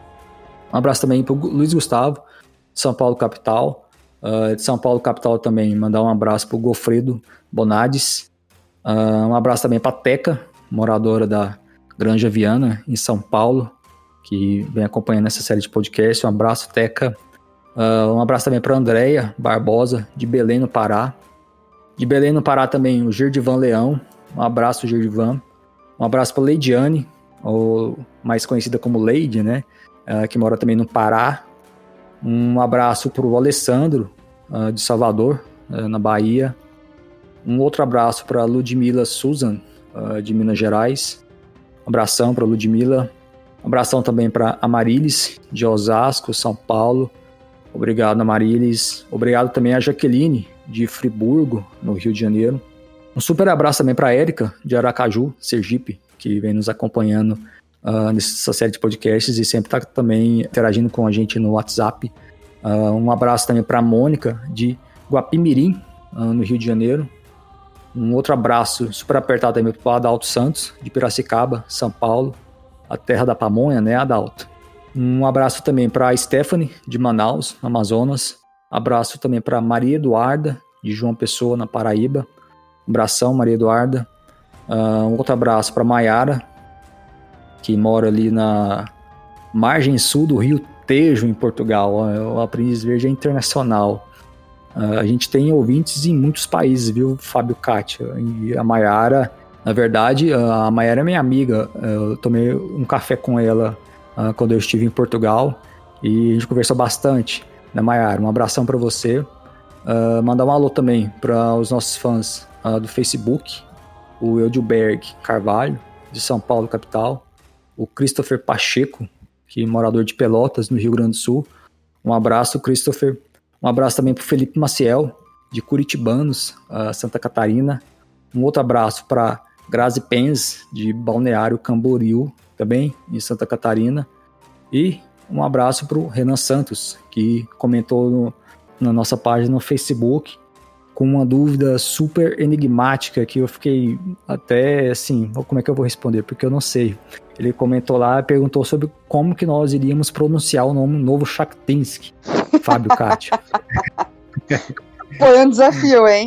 Um abraço também para o Luiz Gustavo, de São Paulo capital. Uh, de São Paulo capital também, mandar um abraço para o Gofredo Bonades. Uh, um abraço também para a Teca, moradora da Granja Viana, em São Paulo, que vem acompanhando essa série de podcast. Um abraço, Teca. Uh, um abraço também para a Andréia Barbosa, de Belém, no Pará. De Belém, no Pará, também o Girdivan Leão. Um abraço, Girdivan. Um abraço para a Leidiane, ou mais conhecida como Leide, né? Uh, que mora também no Pará. Um abraço para o Alessandro, uh, de Salvador, uh, na Bahia. Um outro abraço para a Ludmila Susan, uh, de Minas Gerais. Um abração para a Ludmila. Um abração também para a Marilis, de Osasco, São Paulo. Obrigado, Amarilis. Obrigado também a Jaqueline, de Friburgo, no Rio de Janeiro. Um super abraço também para a Érica, de Aracaju, Sergipe, que vem nos acompanhando uh, nessa série de podcasts e sempre está também interagindo com a gente no WhatsApp. Uh, um abraço também para a Mônica, de Guapimirim, uh, no Rio de Janeiro. Um outro abraço super apertado também para o Adalto Santos, de Piracicaba, São Paulo, a terra da pamonha, né, Adalto? Um abraço também para a Stephanie, de Manaus, Amazonas. Abraço também para Maria Eduarda, de João Pessoa, na Paraíba. Um abração, Maria Eduarda. Uh, um outro abraço para Maiara, que mora ali na margem sul do Rio Tejo, em Portugal. O Aprendiz Verde é internacional. Uh, a gente tem ouvintes em muitos países, viu, Fábio Kátia? E a Maiara, na verdade, a Maiara é minha amiga. Eu tomei um café com ela Uh, quando eu estive em Portugal e a gente conversou bastante, né, Maiara? Um abração para você. Uh, mandar um alô também para os nossos fãs uh, do Facebook, o Eudilberg Carvalho, de São Paulo, capital, o Christopher Pacheco, que é morador de Pelotas, no Rio Grande do Sul. Um abraço, Christopher. Um abraço também para o Felipe Maciel, de Curitibanos, uh, Santa Catarina. Um outro abraço para Grazi Pens, de Balneário Camboriú, também em Santa Catarina. E um abraço para o Renan Santos, que comentou no, na nossa página no Facebook com uma dúvida super enigmática que eu fiquei até assim, como é que eu vou responder? Porque eu não sei. Ele comentou lá e perguntou sobre como que nós iríamos pronunciar o nome Novo Chaktinsk. Fábio Kátia. Foi um desafio, hein?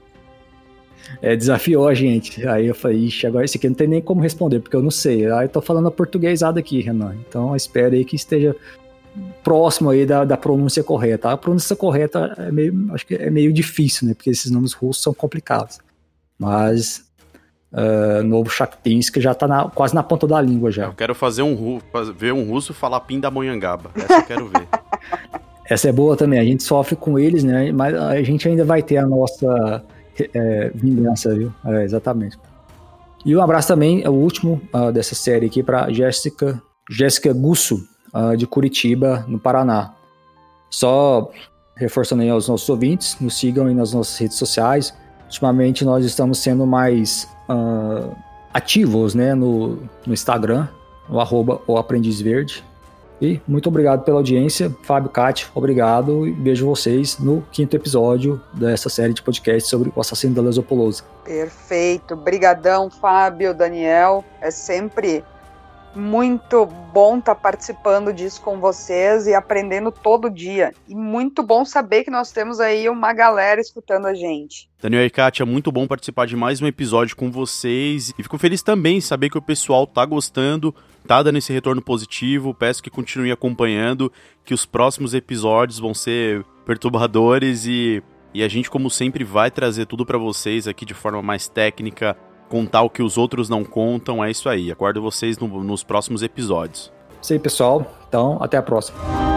É, desafiou a gente. Aí eu falei, ixi, agora esse aqui não tem nem como responder, porque eu não sei. Aí eu tô falando a portuguesada aqui, Renan. Então espero aí que esteja próximo aí da, da pronúncia correta. A pronúncia correta é meio, acho que é meio difícil, né? Porque esses nomes russos são complicados. Mas uh, Novo Chaktinsk já tá na, quase na ponta da língua já. Eu quero fazer um ver um russo falar Pindamonhangaba. Essa eu quero ver. Essa é boa também. A gente sofre com eles, né? Mas a gente ainda vai ter a nossa é, vingança, viu? É, exatamente. E um abraço também, é o último uh, dessa série aqui, para Jéssica, Jéssica Gusso, de Curitiba, no Paraná. Só reforçando aí aos nossos ouvintes, nos sigam aí nas nossas redes sociais. Ultimamente nós estamos sendo mais uh, ativos, né, no, no Instagram, no arroba o Aprendiz Verde. E muito obrigado pela audiência. Fábio, Kátia, obrigado e vejo vocês no quinto episódio dessa série de podcast sobre o assassino da Lesopolose. Perfeito. Brigadão, Fábio, Daniel. É sempre muito bom estar tá participando disso com vocês e aprendendo todo dia. E muito bom saber que nós temos aí uma galera escutando a gente. Daniel e Kátia, muito bom participar de mais um episódio com vocês. E fico feliz também em saber que o pessoal tá gostando, tá dando esse retorno positivo. Peço que continue acompanhando, que os próximos episódios vão ser perturbadores e, e a gente, como sempre, vai trazer tudo para vocês aqui de forma mais técnica, contar o que os outros não contam. É isso aí. Aguardo vocês no, nos próximos episódios. Isso aí, pessoal. Então, até a próxima.